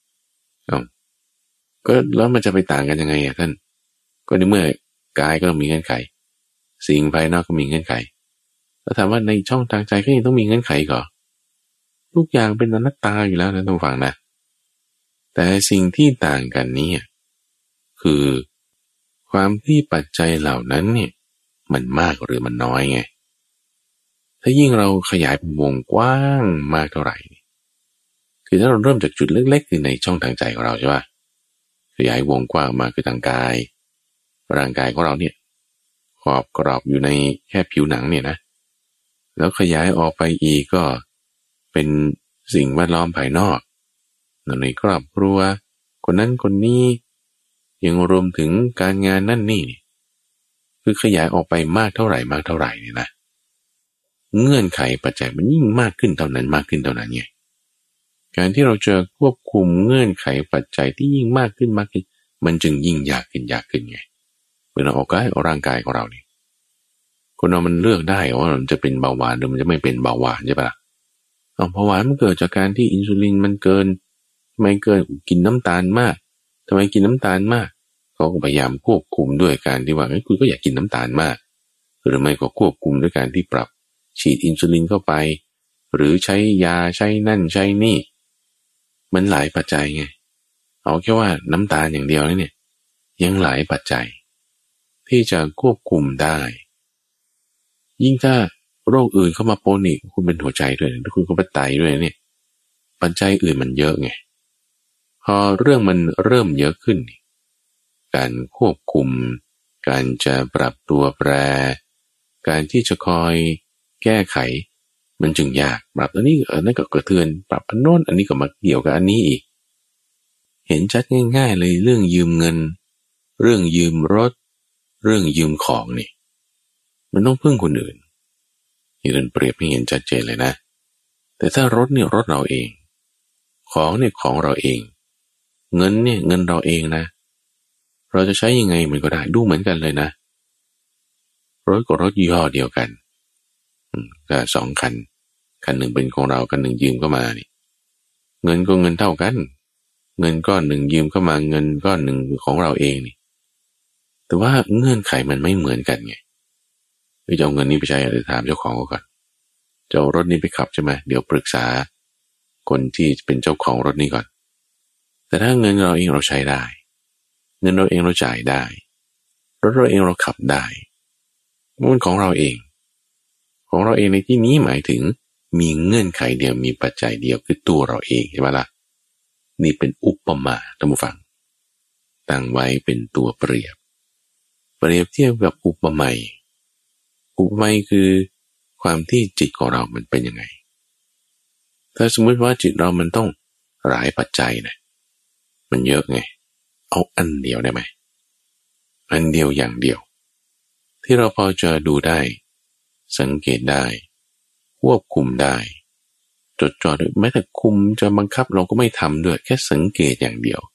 ก็แล้วมันจะไปต่างกันยังไงท่านก็ในเมื่อกายก็ต้องมีเงื่อนไขสิ่งภายนอกก็มีเงื่อนไขแล้วถามว่าในช่องทางใจก็ยังต้องมีเงื่อนไขก่อนทุกอย่างเป็นอนัตตาอยู่แล้วนะต้องฟังนะแต่สิ่งที่ต่างกันนี้คือความที่ปัจจัยเหล่านั้นเนี่ยมันมากหรือมันน้อยไงถ้ายิ่งเราขยายวงกว้างมากเท่าไหร่คือถ้าเราเริ่มจากจุดเล็กๆคือในช่องทางใจของเราใช่ป่ะขยายวงกว้างมาคือทางกายร่างกายของเราเนี่ยขอบกรอบอยู่ในแค่ผิวหนังเนี่ยนะแล้วขยายออกไปอีกก็เป็นสิ่งแวดล้อมภายนอกในครอบครัวคนนั้นคนนี้ยังรวมถึงการงานนั่นนี่คือขยายออกไปมากเท่าไหร่เนี่ยนะเงื่อนไขปัจจัยมันยิ่งมากขึ้นเท่านั้นมากขึ้นเท่านั้นไงการที่เราจะควบคุมเงื่อนไขปัจจัยที่ยิ่งมากขึ้นมันจึงยิ่งยากขึ้นไงเมื่อเราออกกายร่างกายของเรานี่คนเรามันเลือกได้ว่ามันจะเป็นเบาหวานหรือมันจะไม่เป็นเบาหวานใช่ปะล่ะเบาหวานมันเกิดจากการที่อินซูลินมันเกินไม่เกินกินน้ำตาลมากทำไมกินน้ำตาลมากเขาก็พยายามควบคุมด้วยการที่ว่าคุณก็อยากกินน้ำตาลมากหรือไม่ก็ควบคุมด้วยการที่ปรับฉีดอินซูลินเข้าไปหรือใช้ยาใช้นั่นใช้นี่มันหลายปัจจัยไงเอาแค่ว่าน้ำตาลอย่างเดียวเนี่ยยังหลายปัจจัยที่จะควบคุมได้ยิ่งถ้าโรคอื่นเข้ามาปนอีกคุณเป็นหัวใจด้วยคุณก็เป็นไตด้วยเนี่ยปัจจัยอื่นมันเยอะไงพอเรื่องมันเริ่มเยอะขึ้นการควบคุมการจะปรับตัวแปรการที่จะคอยแก้ไขมันจึงยากปรับอันนี้นั่นก็กระเทือนปรับอันโน้นอันนี้ก็มาเกี่ยวกับอันนี้อีกเห็นชัดง่ายๆเลยเรื่องยืมเงินเรื่องยืมรถเรื่องยืมของนี่มันต้องพึ่งคนอื่นนี่เราเปรียบให้เห็นชัดเจนเลยนะแต่ถ้ารถเนี่ยรถเราเองของเนี่ยของเราเองเงินเนี่ยเงินเราเองนะเราจะใช้ยังไงมันก็ได้ดูเหมือนกันเลยนะรถกับรถยี่ห้อเดียวกันก็สองคันหนึ่งเป็นของเราคันหนึ่งยืมเข้ามานี่เงินก็เงินเท่ากันเงินก้อนหนึ่งยืมเข้ามาเงินก้อนหนึ่งของเราเองนี่แต่ว่าเงื่อนไขมันไม่เหมือนกันไงจะเอาเงินนี้ไปใช้อะไรถามเจ้าของก่อนจะเอารถนี้ไปขับใช่ไหมเดี๋ยวปรึกษาคนที่เป็นเจ้าของรถนี้ก่อนแต่ถ้าเงินเราเองเราใช้ได้เงินเราเองเราจ่ายได้รถเราเองเราขับได้มันของเราเองในที่นี้หมายถึงมีเงื่อนไขเดียวมีปัจจัยเดียวคือตัวเราเองใช่ไหมล่ะนี่เป็นอุปมาท่านผู้ฟังตั้งไว้เป็นตัวเปรียบเทียบกับอุปไมยคือความที่จิตของเรามันเป็นยังไงถ้าสมมติว่าจิตเรามันต้องหลายปัจจัยนะมันเยอะไงเอาอันเดียวได้ไหมอันเดียวอย่างเดียวที่เราพอจะดูได้สังเกตได้ควบคุมได้จดจ่อด้วยแม้แต่คุมจะบังคับเราก็ไม่ทำด้วยแค่สังเกตอย่างเดียว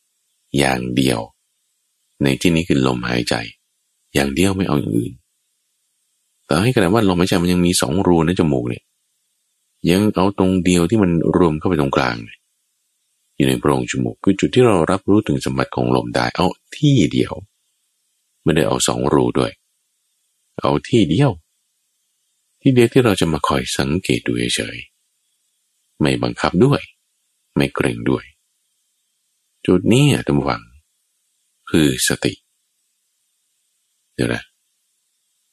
ในที่นี้คือลมหายใจอย่างเดียวไม่เอาอย่างอื่นแต่ให้ขนาดว่าลมหายใจมันยังมี2รูในจมูกเนี่ยยังเอาตรงเดียวที่มันรวมเข้าไปตรงกลางอยู่ในโพรงจมูกคือจุดที่เรารับรู้ถึงสมบัติของลมได้เอาที่เดียวไม่ได้เอา2รูด้วยเอาที่เดียวที่เราจะมาคอยสังเกตดูเฉยๆไม่บังคับด้วยไม่เกรงด้วยจุดนี้ท่านผู้ฟังคือสติเดี๋ยวนะ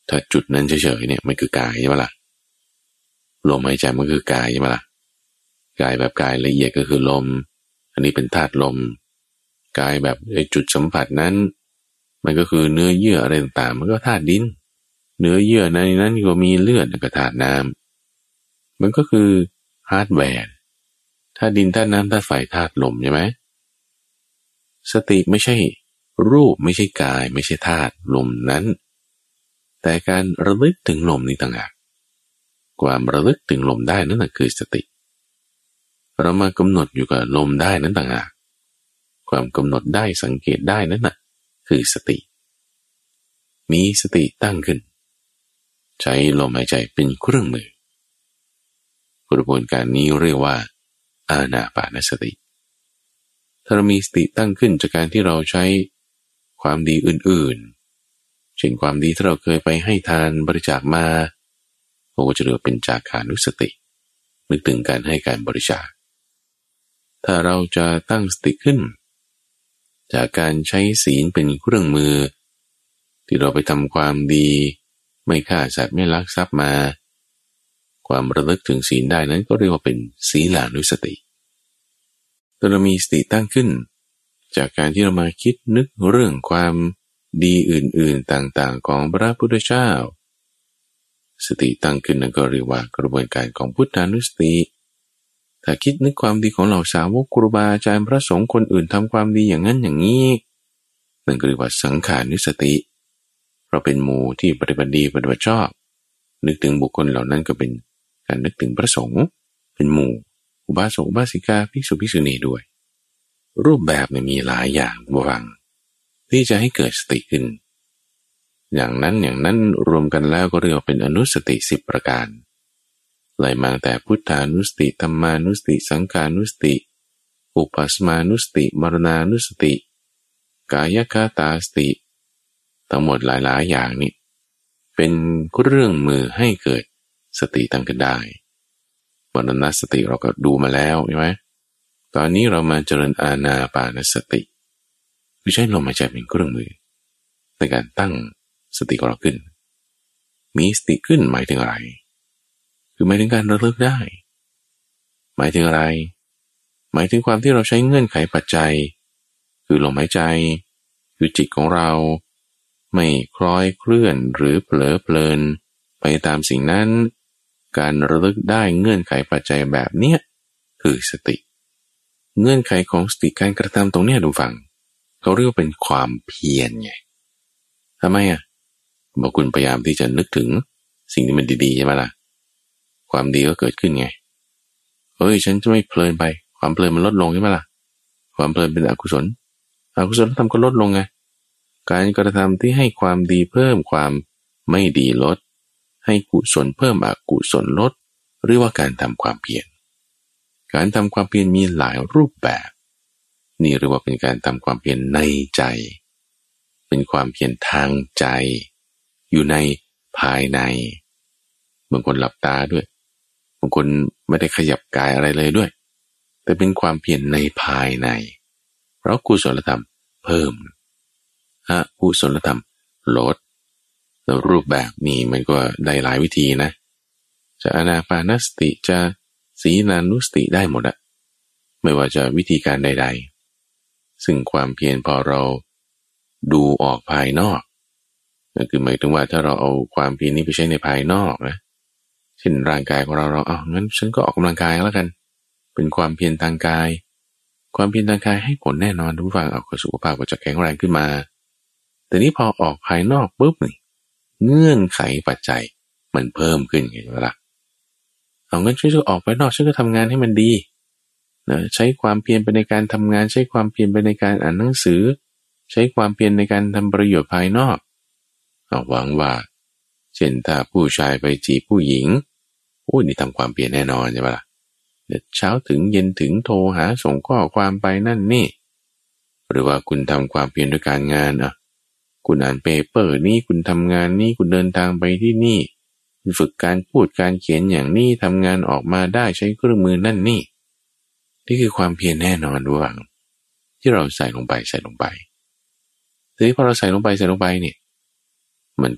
ถ้าจุดนั้นเฉยๆเนี่ยมันคือกายใช่ไหมล่ะลมหายใจมันคือกายใช่ไหมล่ะกายแบบกายละเอียดก็คือลมอันนี้เป็นธาตุลมกายแบบไอ้จุดสัมผัสนั้นมันก็คือเนื้อเยื่ออะไรต่างๆมันก็ธาตุดินเนื้อเยื่อในนั้นก็มีเลือดก็ธาตุน้ำมันก็คือฮาร์ดแวร์ธาตุดินธาตุน้ำธาตุไฟธาตุลมใช่ไหมสติไม่ใช่รูปไม่ใช่กายไม่ใช่ธาตุลมนั้นแต่การระลึกถึงลมนี้ต่างหากความระลึกถึงลมได้นั่นแหละคือสติเรามากำหนดอยู่กับลมได้นั้นต่างหากความกำหนดได้สังเกตได้นั่นน่ะคือสติมีสติตั้งขึ้นใช้ลมหายใจเป็นเครื่องมือกระบวนการนี้เรียกว่าอานาปานสติถ้าเรามีสติตั้งขึ้นจากการที่เราใช้ความดีอื่นๆเช่นความดีที่เราเคยไปให้ทานบริจาคมาเราก็จะเรียกเป็นจาคานุสตินึกถึงการให้การบริจาคถ้าเราจะตั้งสติขึ้นจากการใช้ศีลเป็นเครื่องมือที่เราไปทำความดีไม่ฆ่าสัตว์ไม่ลักทรัพย์มาความระลึกถึงศีลได้นั้นก็เรียกว่าเป็นศีลานุสติถ้าเรามีสติตั้งขึ้นจากการที่เรามาคิดนึกเรื่องความดีอื่นๆต่างๆของพระพุทธเจ้าสติตั้งขึ้นนั้นก็เรียกว่ากระบวนการของพุทธานุสติถ้าคิดนึกความดีของเหล่าสาวกครูบาอาจารย์พระสงฆ์คนอื่นทำความดีอย่างนั้นอย่างนี้นั่นก็เรียกว่าสังขานุสติเราเป็นหมู่ที่ปฏิบัติดีปฏิบัติชอบนึกถึงบุคคลเหล่านั้นก็เป็นการนึกถึงพระสงฆ์เป็นหมู่อุบาสกอุบาสิกาภิกษุภิกษุณีด้วยรูปแบบมีหลายอย่างบังที่จะให้เกิดสติขึ้นอย่างนั้นรวมกันแล้วก็เรียกว่าเป็นอนุสติ10ประการไล่มาแต่พุทธานุสติธัมมานุสติสังขานุสติอุปัสสมานุสติมรณานุสติกายคตาสติทั้งหมดหลายๆอย่างนี่เป็นเรื่องมือให้เกิดสติตั้งขึ้นได้มรณสติเราก็ดูมาแล้วใช่ไหมตอนนี้เรามาเจริญอานาปานสติคือใช้ลมหายใจเป็นเครื่องมือในการตั้งสติของเราขึ้นมีสติขึ้นหมายถึงอะไรคือหมายถึงการระลึกได้หมายถึงอะไรหมายถึงความที่เราใช้เงื่อนไขปัจจัยคือลมหายใจคือจิตของเราไม่คล้อยเคลื่อนหรือเผลอเพลินไปตามสิ่งนั้นการระลึกได้เงื่อนไขปัจจัยแบบเนี้ยคือสติเงื่อนไขของสติการกระทำตรงเนี้ยดูฟังเขาเรียกว่าเป็นความเพียรไงทำไมบอกคุณพยายามที่จะนึกถึงสิ่งที่มันดีๆใช่ไหมล่ะความดีก็เกิดขึ้นไงฉันจะไม่เพลินไปความเพลินมันลดลงใช่ไหมล่ะความเพลินเป็นอกุศลธรรมก็ลดลงไงการกระทำที่ให้ความดีเพิ่มความไม่ดีลดให้กุศลเพิ่มอกุศลลดเรียกว่าการทำความเพียรการทำความเพียรมีหลายรูปแบบนี่เรียกว่าเป็นการทำความเพียรในใจเป็นความเพียรทางใจอยู่ในภายในบางคนหลับตาด้วยบางคนไม่ได้ขยับกายอะไรเลยด้วยแต่เป็นความเพียรในภายในเพราะกุศลธรรมเพิ่มอกุศลธรรมลดแล้วรูปแบบนี้มันก็ได้หลายวิธีนะจะอานาปานสติจะศีลานุสติได้หมดอะไม่ว่าจะวิธีการใดๆซึ่งความเพียรพอเราดูออกภายนอกนั่นคือหมายถึงว่าถ้าเราเอาความเพียรนี้ไปใช้ในภายนอกนะเช่นร่างกายของเรางั้นฉันก็ออกกำลังกายแล้วกันเป็นความเพียรทางกายความเพียรทางกายให้ผลแน่นอนทุกฝั่งสุขภาพก็จะแข็งแรงขึ้นมาแต่นี้พอออกภายนอกปุ๊บนี่เงื่อนไขปัจจัยมันเพิ่มขึ้นไงล่ะงั้นช่วยออกไปนอกฉันก็ทำงานให้มันดีนะใช้ความเพียรไปในการทำงานใช้ความเพียรไปในการอ่านหนังสือใช้ความเพียรในการทำประโยชน์ภายนอกหวังว่าเช่นถ้าผู้ชายไปจีบผู้หญิงนี่ทำความเพียรแน่นอนใช่ไหมล่ะเช้าถึงเย็นถึงโทรหาส่งข้อความไปนั่นนี่หรือว่าคุณทำความเพียรด้วยการงานคุณอ่านเปเปอร์นี่คุณทำงานนี่คุณเดินทางไปที่นี่คุณฝึกการพูดการเขียนอย่างนี้ทำงานออกมาได้ใช้เครื่องมือนั่นนี่คือความเพียรแน่นอนด้วยที่เราใส่ลงไปทีนี้พอเราใส่ลงไปเนี่ยมันก็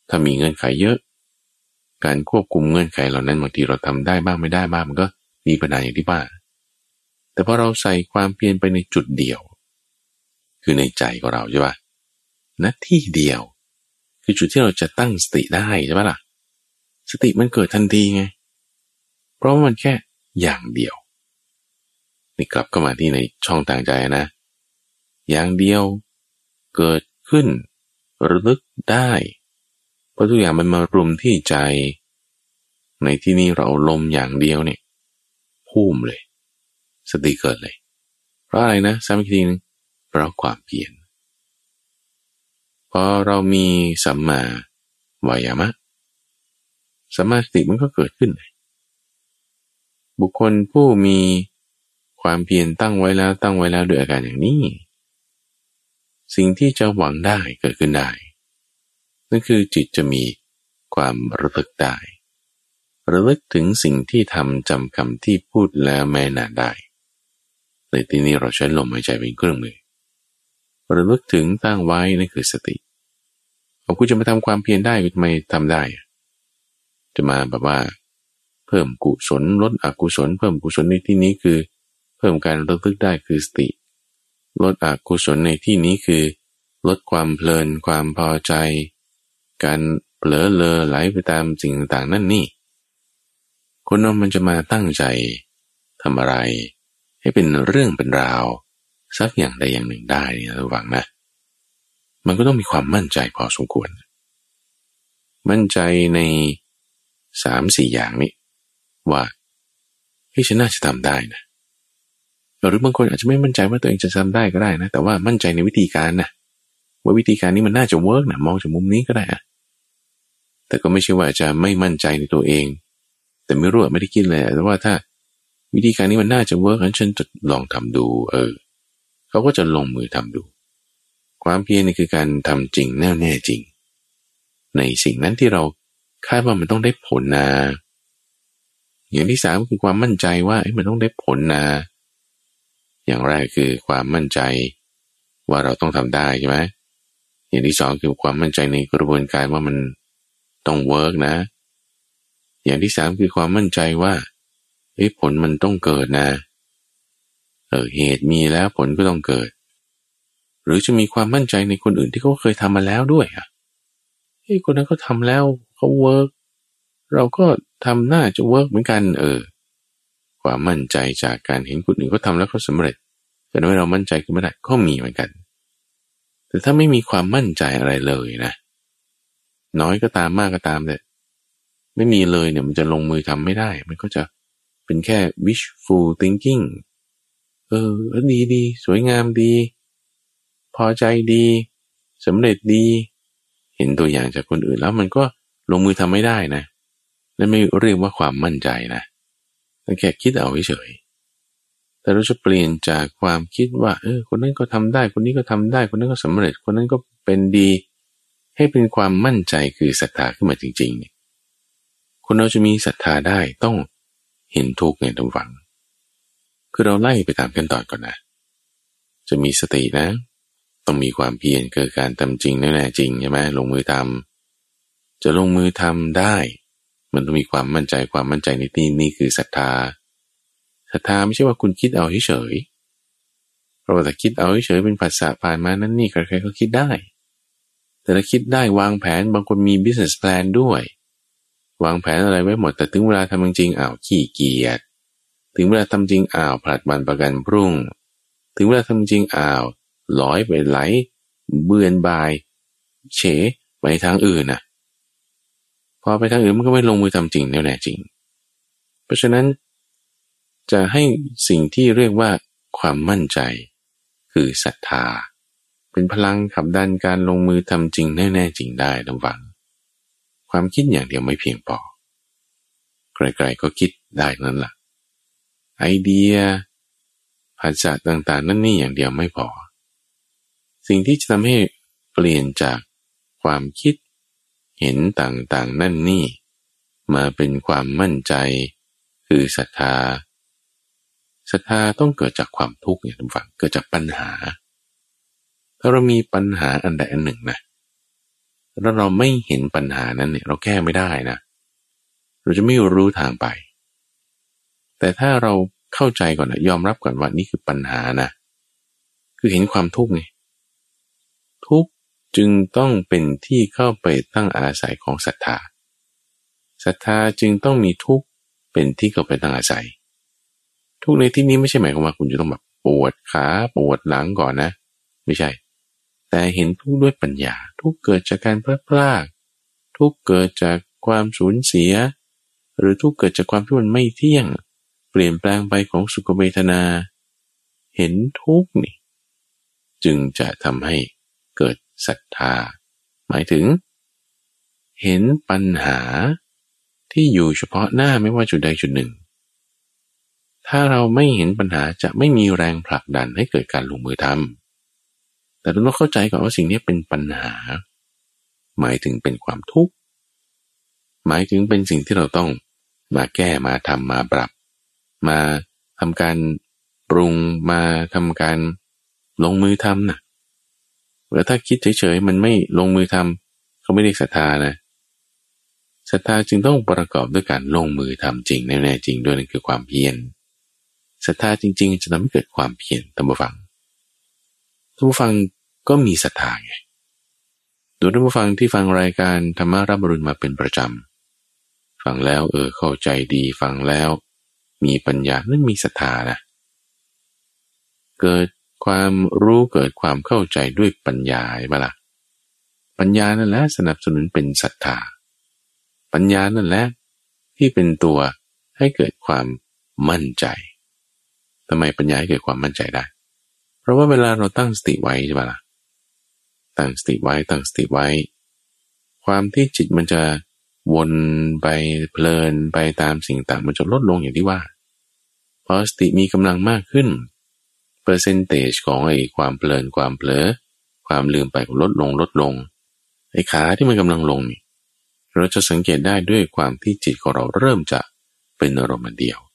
ถ้ามีเงื่อนไขเยอะการควบคุมเงื่อนไขเหล่านั้นบางทีเราทำได้บ้างไม่ได้บ้างมันก็มีปัญหาอย่างที่ว่าแต่พอเราใส่ความเพียรไปในจุดเดียวคือในใจของเราใช่ปะณที่เดียวคือจุดที่เราจะตั้งสติได้ใช่ปะล่ะสติมันเกิดทันทีไงเพราะว่ามันแค่อย่างเดียวนี่กลับเข้ามาที่ในช่องต่างใจนะอย่างเดียวเกิดขึ้นระลึกได้เพราะทุกอย่างมันมารวมที่ใจในที่นี้เราลมอย่างเดียวเนี่ยพุ่มเลยสติเกิดเลยเพราะอะไรนะซ้ำอีกทีนึงเพราะความเพียรพอเรามีสัมมาวายามะสัมมาสติมันก็เกิดขึ้นบุคคลผู้มีความเพียรตั้งไว้แล้วด้วยอาการอย่างนี้สิ่งที่จะหวังได้เกิดขึ้นได้นั่นคือจิตจะมีความระลึกได้ระลึกถึงสิ่งที่ทำจำคำที่พูดแล้วแม้นานได้ในที่นี้เราใช้ลมหายใจเป็นเครื่องมือระลึกถึงตั้งไว้นั่นคือสติเอาคุณจะมาทำความเพียรได้ทำไมทำได้จะมาแบบว่าเพิ่มกุศลลดอกุศลเพิ่มกุศลในที่นี้คือเพิ่มการระลึกได้คือสติลดอกุศลในที่นี้คือลดความเพลินความพอใจการเผลอเลอไหลไปตามสิ่งต่างๆนั่นนี่คนเรามันจะมาตั้งใจทำอะไรให้เป็นเรื่องเป็นราวสักอย่างใดอย่างหนึ่งได้เนี่ยระวังนะมันก็ต้องมีความมั่นใจพอสมควรมั่นใจใน3-4อย่างนี้ว่าฉันน่าจะทำได้นะหรือบางคนอาจจะไม่มั่นใจว่าตัวเองจะทำได้ก็ได้นะแต่ว่ามั่นใจในวิธีการนะว่าวิธีการนี้มันน่าจะเวิร์กนะมองจากมุมนี้ก็ได้แต่ก็ไม่ใช่ว่าจะไม่มั่นใจในตัวเองแต่ไม่รู้ไม่ได้คิดเลยแต่ว่าถ้าวิธีการนี้มันน่าจะเวิร์กงั้นฉันจะลองทำดูเขาก็จะลงมือทำดูความเพียรนี่คือการทำจริงแน่วแน่จริงในสิ่งนั้นที่เราคาดว่ามันต้องได้ผลนะอย่างที่3คือความมั่นใจว่ามันต้องได้ผลนะอย่างแรกคือความมั่นใจว่าเราต้องทำได้ใช่ไหมอย่างที่2คือความมั่นใจในกระบวนการว่ามันต้องเวิร์กนะอย่างที่3คือความมั่นใจว่าผลมันต้องเกิดนะเหตุมีแล้วผลก็ต้องเกิดหรือจะมีความมั่นใจในคนอื่นที่เขาเคยทำมาแล้วด้วยคนนั้นเขาทำแล้วเขาเวิร์กเราก็ทำน่าจะเวิร์กเหมือนกันความมั่นใจจากการเห็นคนอื่นเขาทำแล้วเขาสำเร็จแต่ถ้าเรามั่นใจขึ้นมาได้ก็มีเหมือนกันแต่ถ้าไม่มีความมั่นใจอะไรเลยนะน้อยก็ตามมากก็ตามแต่ไม่มีเลยเนี่ยมันจะลงมือทำไม่ได้มันก็จะเป็นแค่ wishful thinking ดีสวยงามดีพอใจดีสำเร็จดีเห็นตัวอย่างจากคนอื่นแล้วมันก็ลงมือทำไม่ได้นะนั่นไม่เรียกว่าความมั่นใจนะแค่คิดเอาเฉยแต่เราจะเปลี่ยนจากความคิดว่าคนนั้นก็ทำได้คนนี้ก็ทำได้คนนั้นก็สำเร็จคนนั้นก็เป็นดีให้เป็นความมั่นใจคือศรัทธาขึ้นมาจริงๆเนี่ยคนเราจะมีศรัทธาได้ต้องเห็นทุกข์ในตรงฝังคือเราไล่ไปตามขั้นตอนก่อนนะจะมีสตินะต้องมีความเพียรเกิดการทำจริงแน่จริงใช่ไหมลงมือทำจะลงมือทำได้มันต้องมีความมั่นใจความมั่นใจในที่นี่คือศรัทธาไม่ใช่ว่าคุณคิดเอาเฉยเพราะว่าถ้าคิดเอาเฉยเป็นภาษาผ่านมานั่นนี่ใครๆก็คิดได้แต่ถ้าคิดได้วางแผนบางคนมี business plan ด้วยวางแผนอะไรไว้หมดแต่ถึงเวลาทำจริงขี้เกียจถึงเวลาทำจริงผลัดวันประกันพรุ่งถึงเวลาทำจริงลอยไปไหลเบือนบายเฉไปทางอื่นนะพอไปทางอื่นมันก็ไม่ลงมือทำจริงแน่จริงเพราะฉะนั้นจะให้สิ่งที่เรียกว่าความมั่นใจคือศรัทธาเป็นพลังขับดันการลงมือทำจริงแน่จริงได้ระวังความคิดอย่างเดียวไม่เพียงพอใครๆก็คิดได้นั่นแหละไอเดียภาษาต่างๆนั่นนี่อย่างเดียวไม่พอสิ่งที่จะทำให้เปลี่ยนจากความคิดเห็นต่างๆนั่นนี่มาเป็นความมั่นใจคือศรัทธาต้องเกิดจากความทุกข์เนี่ยทุกฝั่งเกิดจากปัญหาถ้าเรามีปัญหาอันใดอันหนึ่งนะแล้วเราไม่เห็นปัญหานั้นเนี่ยเราแก้ไม่ได้นะเราจะไม่รู้ทางไปแต่ถ้าเราเข้าใจก่อนนะยอมรับก่อนว่านี่คือปัญหานะคือเห็นความทุกข์ไงทุกข์จึงต้องเป็นที่เข้าไปตั้งอาศัยของศรัทธาศรัทธาจึงต้องมีทุกข์เป็นที่เข้าไปตั้งอาศัยทุกข์ในที่นี้ไม่ใช่หมายความว่าคุณจะต้องแบบปวดขาปวดหลังก่อนนะไม่ใช่แต่เห็นทุกข์ด้วยปัญญาทุกข์เกิดจากการพลัดพรากทุกข์เกิดจากความสูญเสียหรือทุกข์เกิดจากความที่มันไม่เที่ยงเปลี่ยนแปลงไปของสุขเวทนาเห็นทุกข์นี่จึงจะทำให้เกิดศรัทธาหมายถึงเห็นปัญหาที่อยู่เฉพาะหน้าไม่ว่าจุดใดจุดหนึ่งถ้าเราไม่เห็นปัญหาจะไม่มีแรงผลักดันให้เกิดการลงมือทำแต่เราต้องเข้าใจก่อนว่าสิ่งนี้เป็นปัญหาหมายถึงเป็นความทุกข์หมายถึงเป็นสิ่งที่เราต้องมาแก้มาทำมาปรับมาทำการปรุงมาทำการลงมือทำนะแล้วถ้าคิดเฉยๆมันไม่ลงมือทำเขาไม่เรียกศรัทธานะศรัทธาจึงต้องประกอบด้วยการลงมือทำจริงแน่ๆจริงด้วยนั่นคือความเพียรศรัทธาจริงๆจะทำให้เกิดความเพียรท่านผู้ฟังก็มีศรัทธาไงดูท่านผู้ฟังที่ฟังรายการธรรมารับอรุณมาเป็นประจำฟังแล้วเข้าใจดีฟังแล้วมีปัญญานั่นมีศรัทธานะเกิดความรู้เกิดความเข้าใจด้วยปัญญาใช่ไหมล่ะปัญญานั่นแหละสนับสนุนเป็นศรัทธาปัญญานั่นแหละที่เป็นตัวให้เกิดความมั่นใจทำไมปัญญาให้เกิดความมั่นใจได้เพราะว่าเวลาเราตั้งสติไว้ใช่ไหมล่ะตั้งสติไว้ความที่จิตมันจะวนไปเพลินไปตามสิ่งต่างมันจะลดลงอย่างที่ว่าพอสติมีกำลังมากขึ้นเปอร์เซนเทจของไอ้ความเพลินความเผลอความลืมไปลดลงไอ้ขาที่มันกำลังลงนี่เราจะสังเกตได้ด้วยความที่จิตของเราเริ่มจะเป็นอารมณ์เดียว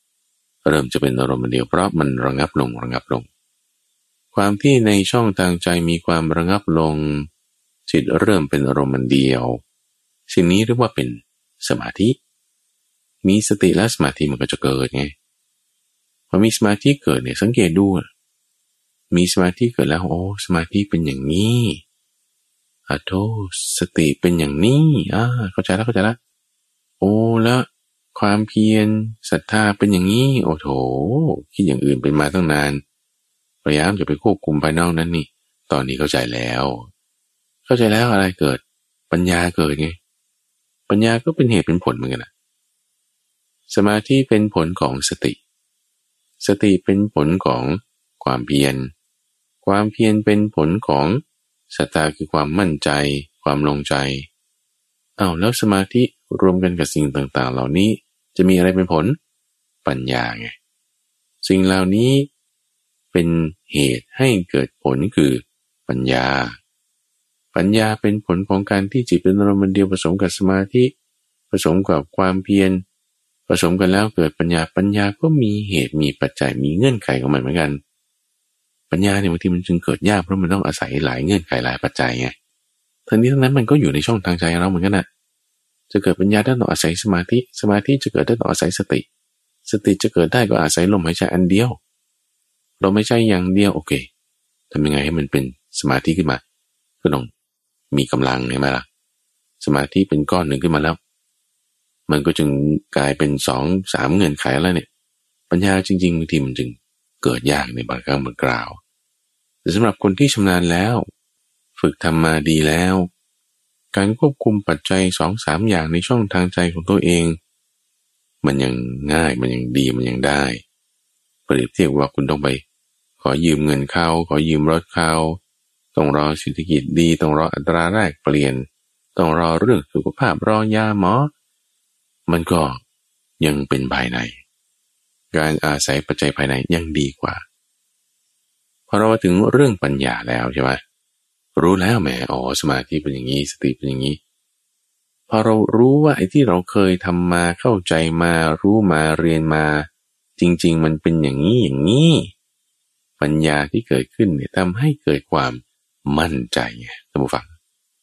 เพราะมันระงับลงความที่ในช่องทางใจมีความระงับลงจิตเริ่มเป็นอารมณ์เดียวสิ่งนี้เรียกว่าเป็นสมาธิมีสติและสมาธิมันก็จะเกิดไงพอมีสมาธิเกิดเนี่ยสังเกตดูมีสมาธิเกิดแล้วโอ้สมาธิเป็นอย่างนี้โธสติเป็นอย่างนี้เข้าใจแล้วโอ้แล้วความเพียรศรัทธาเป็นอย่างนี้โอ้โถคิดอย่างอื่นเป็นมาตั้งนานพยายามจะไปควบคุมภายนอกนั้นนี่ตอนนี้เข้าใจแล้วอะไรเกิดปัญญาเกิดไงปัญญาก็เป็นเหตุเป็นผลเหมือนกันนะสมาธิเป็นผลของสติเป็นผลของความเพียรเป็นผลของศรัทธาคือความมั่นใจความลงใจแล้วสมาธิรวมกันกับสิ่งต่างๆเหล่านี้จะมีอะไรเป็นผลปัญญาไงสิ่งเหล่านี้เป็นเหตุให้เกิดผลคือปัญญาเป็นผลของการที่จิตเป็นอารมณ์เดียวผสมกับสมาธิผสมกับความเพียรผสมกันแล้วเกิดปัญญาก็มีเหตุมีปัจจัยมีเงื่อนไขของมันเหมือนกันปัญญาเนี่ยบางทีมันจึงเกิดยากเพราะมันต้องอาศัยหลายเงื่อนไขหลายปัจจัยไงทั้งนี้ทั้งนั้นมันก็อยู่ในช่องทางใจเราเหมือนกันนะจะเกิดปัญญาได้ต้องอาศัยสมาธิจะเกิดได้ต้องอาศัยสติจะเกิดได้ก็อาศัยลมหายใจอันเดียวลมหายใจอย่างเดียวโอเคทำยังไงให้มันเป็นสมาธิขึ้นมาก็ต้องมีกำลังใช่ไหมล่ะสมาธิเป็นก้อนหนึ่งขึ้นมาแล้วมันก็จึงกลายเป็น2-3เงื่อนไขแล้วเนี่ยปัญญาจริงๆบางทีมันจึงเกิดยากในบางครั้งบางคราวแต่สำหรับคนที่ชำนาญแล้วฝึกทำมาดีแล้วการควบคุมปัจจัย 2-3 อย่างในช่องทางใจของตัวเองมันยังง่ายมันยังดีมันยังได้เปรียบเทียบว่าคุณต้องไปขอยืมเงินเขาขอยืมรถเขาต้องรอเศรษฐกิจดีต้องรออัตราแลกเปลี่ยนต้องรอเรื่องสุขภาพรอยาหมอมันก็ยังเป็นภายในการอาศัยปัจจัยภายในยังดีกว่าพอเราถึงเรื่องปัญญาแล้วใช่ไหมรู้แล้วแหมสมาธิเป็นอย่างนี้สติเป็นอย่างนี้พอเรารู้ว่าไอ้ที่เราเคยทำมาเข้าใจมารู้มาเรียนมาจริงๆมันเป็นอย่างนี้ปัญญาที่เกิดขึ้นเนี่ยทำให้เกิดความมั่นใจไงท่านผู้ฟัง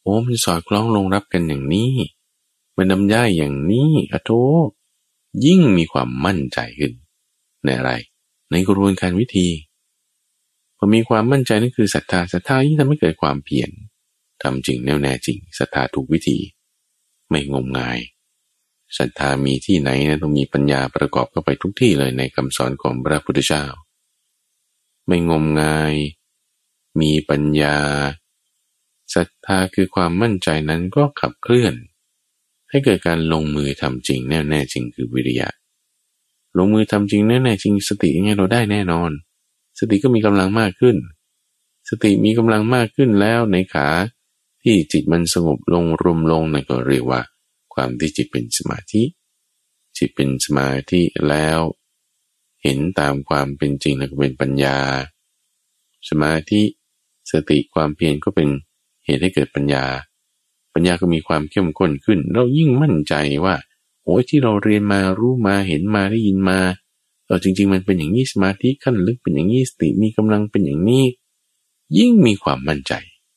อ้มันสอดคล้องลงรับกันอย่างนี้มันนำได้อย่างนี้อะโธยิ่งมีความมั่นใจขึ้นในอะไรในกระบวนการวิธีพอมีความมั่นใจนั่นคือศรัทธายิ่งทำให้เกิดความเพียรทำจริงแน่วแน่จริงศรัทธาถูกวิธีไม่งมงายศรัทธามีที่ไหนนะต้องมีปัญญาประกอบเข้าไปทุกที่เลยในคำสอนของพระพุทธเจ้าไม่งมงายมีปัญญาศรัทธาคือความมั่นใจนั้นก็ขับเคลื่อนให้เกิดการลงมือทำจริงแน่แน่จริงคือวิริยะลงมือทำจริงแน่แน่จริงสติยังไงเราได้แน่นอนสติก็มีกำลังมากขึ้นสติมีกำลังมากขึ้นแล้วในขาที่จิตมันสงบลงรวมลงนั่นก็เรียกว่าความที่จิตเป็นสมาธิจิตเป็นสมาธิแล้วเห็นตามความเป็นจริงแล้วก็เป็นปัญญาสมาธิสติความเพียรก็เป็นเหตุให้เกิดปัญญาก็มีความเข้มข้นขึ้นเรายิ่งมั่นใจว่าโอ้ยที่เราเรียนมารู้มาเห็นมาได้ยินมาจริงๆมันเป็นอย่างนี้สมาธิขั้นลึกเป็นอย่างนี้สติมีกำลังเป็นอย่างนี้ยิ่งมีความมั่นใจ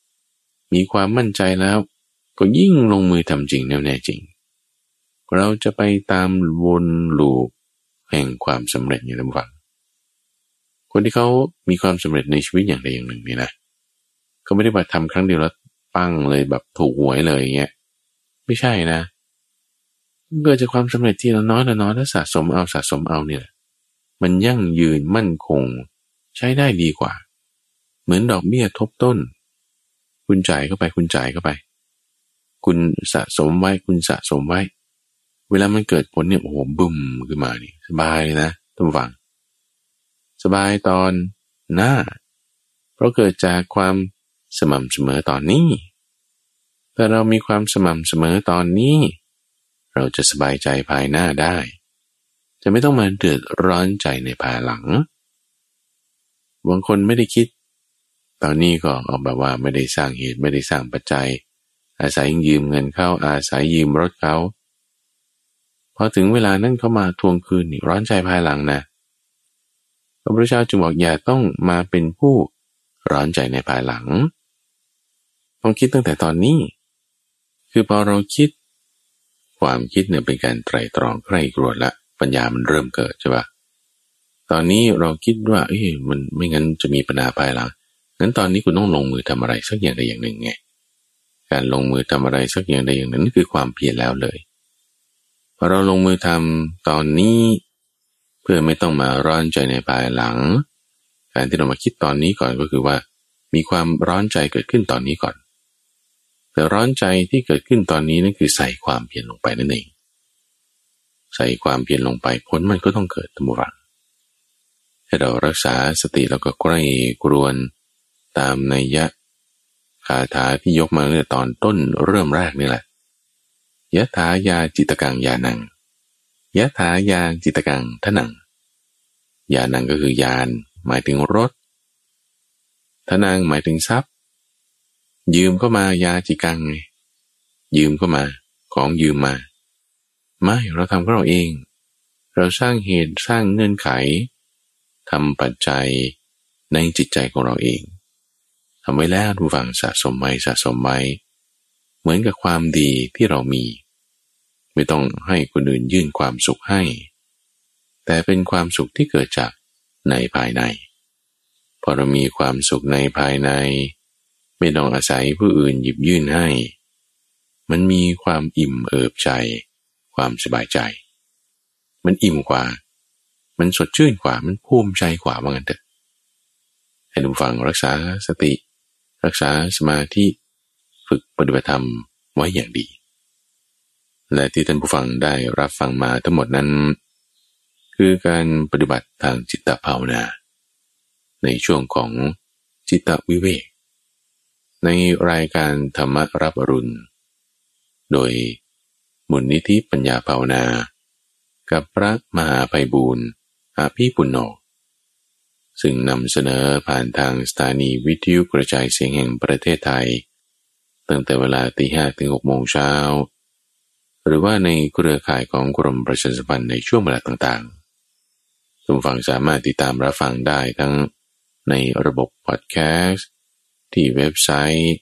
แล้วก็ยิ่งลงมือทำจริงแน่จริงเราจะไปตามวนลูปแห่งความสำเร็จอย่างลำพังคนที่เขามีความสำเร็จในชีวิตอย่างใดอย่างหนึ่งนี่นะเขาไม่ได้มาทำครั้งเดียวแล้วปั้งเลยแบบถูกหวยเลยอย่างเงี้ยไม่ใช่นะเกิดจากความสำเร็จที่ละน้อยแล้วสะสมเอาเนี่ยมันยั่งยืนมั่นคงใช้ได้ดีกว่าเหมือนดอกเบี้ยทบต้นคุณจ่ายเข้าไปคุณสะสมไว้เวลามันเกิดผลเนี่ยโอ้โหบึ้มขึ้นมานี่สบายเลยนะท่านผู้ฟังสบายตอนหน้าเพราะเกิดจากความสม่ำเสมอตอนนี้แต่เรามีความสม่ำเสมอตอนนี้เราจะสบายใจภายหน้าได้จะไม่ต้องมาเดือดร้อนใจในภายหลังบางคนไม่ได้คิดตอนนี้ก็เอาแบบว่าไม่ได้สร้างเหตุไม่ได้สร้างปัจจัยอาศัยยืมเงินเขาอาศัยยืมรถเขาพอถึงเวลานั้นเขามาทวงคืนนี่ร้อนใจภายหลังนะพระพุทธเจ้าจึงบอกอย่าต้องมาเป็นผู้ร้อนใจในภายหลังต้องคิดตั้งแต่ตอนนี้คือพอเราคิดความคิดเนี่ยเป็นการไตร่ตรองใคร่ครวญละปัญญามันเริ่มเกิดใช่ปะตอนนี้เราคิดว่ามันไม่งั้นจะมีปัญหาภายหลังงั้นตอนนี้คุณต้องลงมือทำอะไรสักอย่างใดอย่างหนึ่งไงการลงมือทำอะไรสักอย่างใดอย่างหนึ่งนั่นคือความเพียรแล้วเลยพอเราลงมือทำตอนนี้เพื่อไม่ต้องมาร้อนใจในภายหลังการที่เรามาคิดตอนนี้ก่อนก็คือว่ามีความร้อนใจเกิดขึ้นตอนนี้ก่อนแต่ร้อนใจที่เกิดขึ้นตอนนี้นั่นคือใส่ความเพียรลงไปนั่นเองใส่ความเพียรลงไปผลมันก็ต้องเกิดตามวังให้เรารักษาสติแล้วก็ใกล้กรวนตามนัยยะคาถาที่ยกมาในตอนต้นเริ่มแรกนี่แหละยะถายาจิตกังยานังยะถายาจิตกังทนังยานังก็คือยานหมายถึงรถทนังหมายถึงทรัพย์ยืมเข้ามายาจิกังไงยืมเข้ามาของยืมมาไม่เราทำของเราเองเราสร้างเหตุสร้างเงื่อนไขทำปัจจัยในจิตใจของเราเองทำไว้แล้วทุกฝั่งสะสมไว้เหมือนกับความดีที่เรามีไม่ต้องให้คนอื่นยื่นความสุขให้แต่เป็นความสุขที่เกิดจากในภายในพอเรามีความสุขในภายในไม่ต้องอาศัยผู้อื่นหยิบยื่นให้มันมีความอิ่มเอิบใจความสบายใจมันอิ่มกว่ามันสดชื่นกว่ามันภูมิใจกว่าว่างั้นเถอะให้ทุกฝั่งรักษาสติรักษาสมาธิฝึกปฏิบัติธรรมไว้อย่างดีและที่ท่านผู้ฟังได้รับฟังมาทั้งหมดนั้นคือการปฏิบัติทางจิตภาวนาในช่วงของจิตวิเวกในรายการธรรมรับอรุณโดยมูลนิธิปัญญาภาวนากับพระมหาไพบูลย์อาภีปุณโญซึ่งนำเสนอผ่านทางสถานีวิทยุกระจายเสียงแห่งประเทศไทยตั้งแต่เวลา 5:00 ถึง 6:00 น.หรือว่าในเครือข่ายของกรมประชาสัมพันธ์ในช่วงเวลาต่างๆท่านผู้ฟังสามารถติดตามรับฟังได้ทั้งในระบบพอดแคสต์ที่เว็บไซต์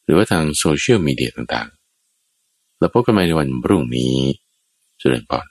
หรือว่าทางโซเชียลมีเดียต่างๆแล้วพบกันใหม่ในวันพรุ่งนี้เจริญพร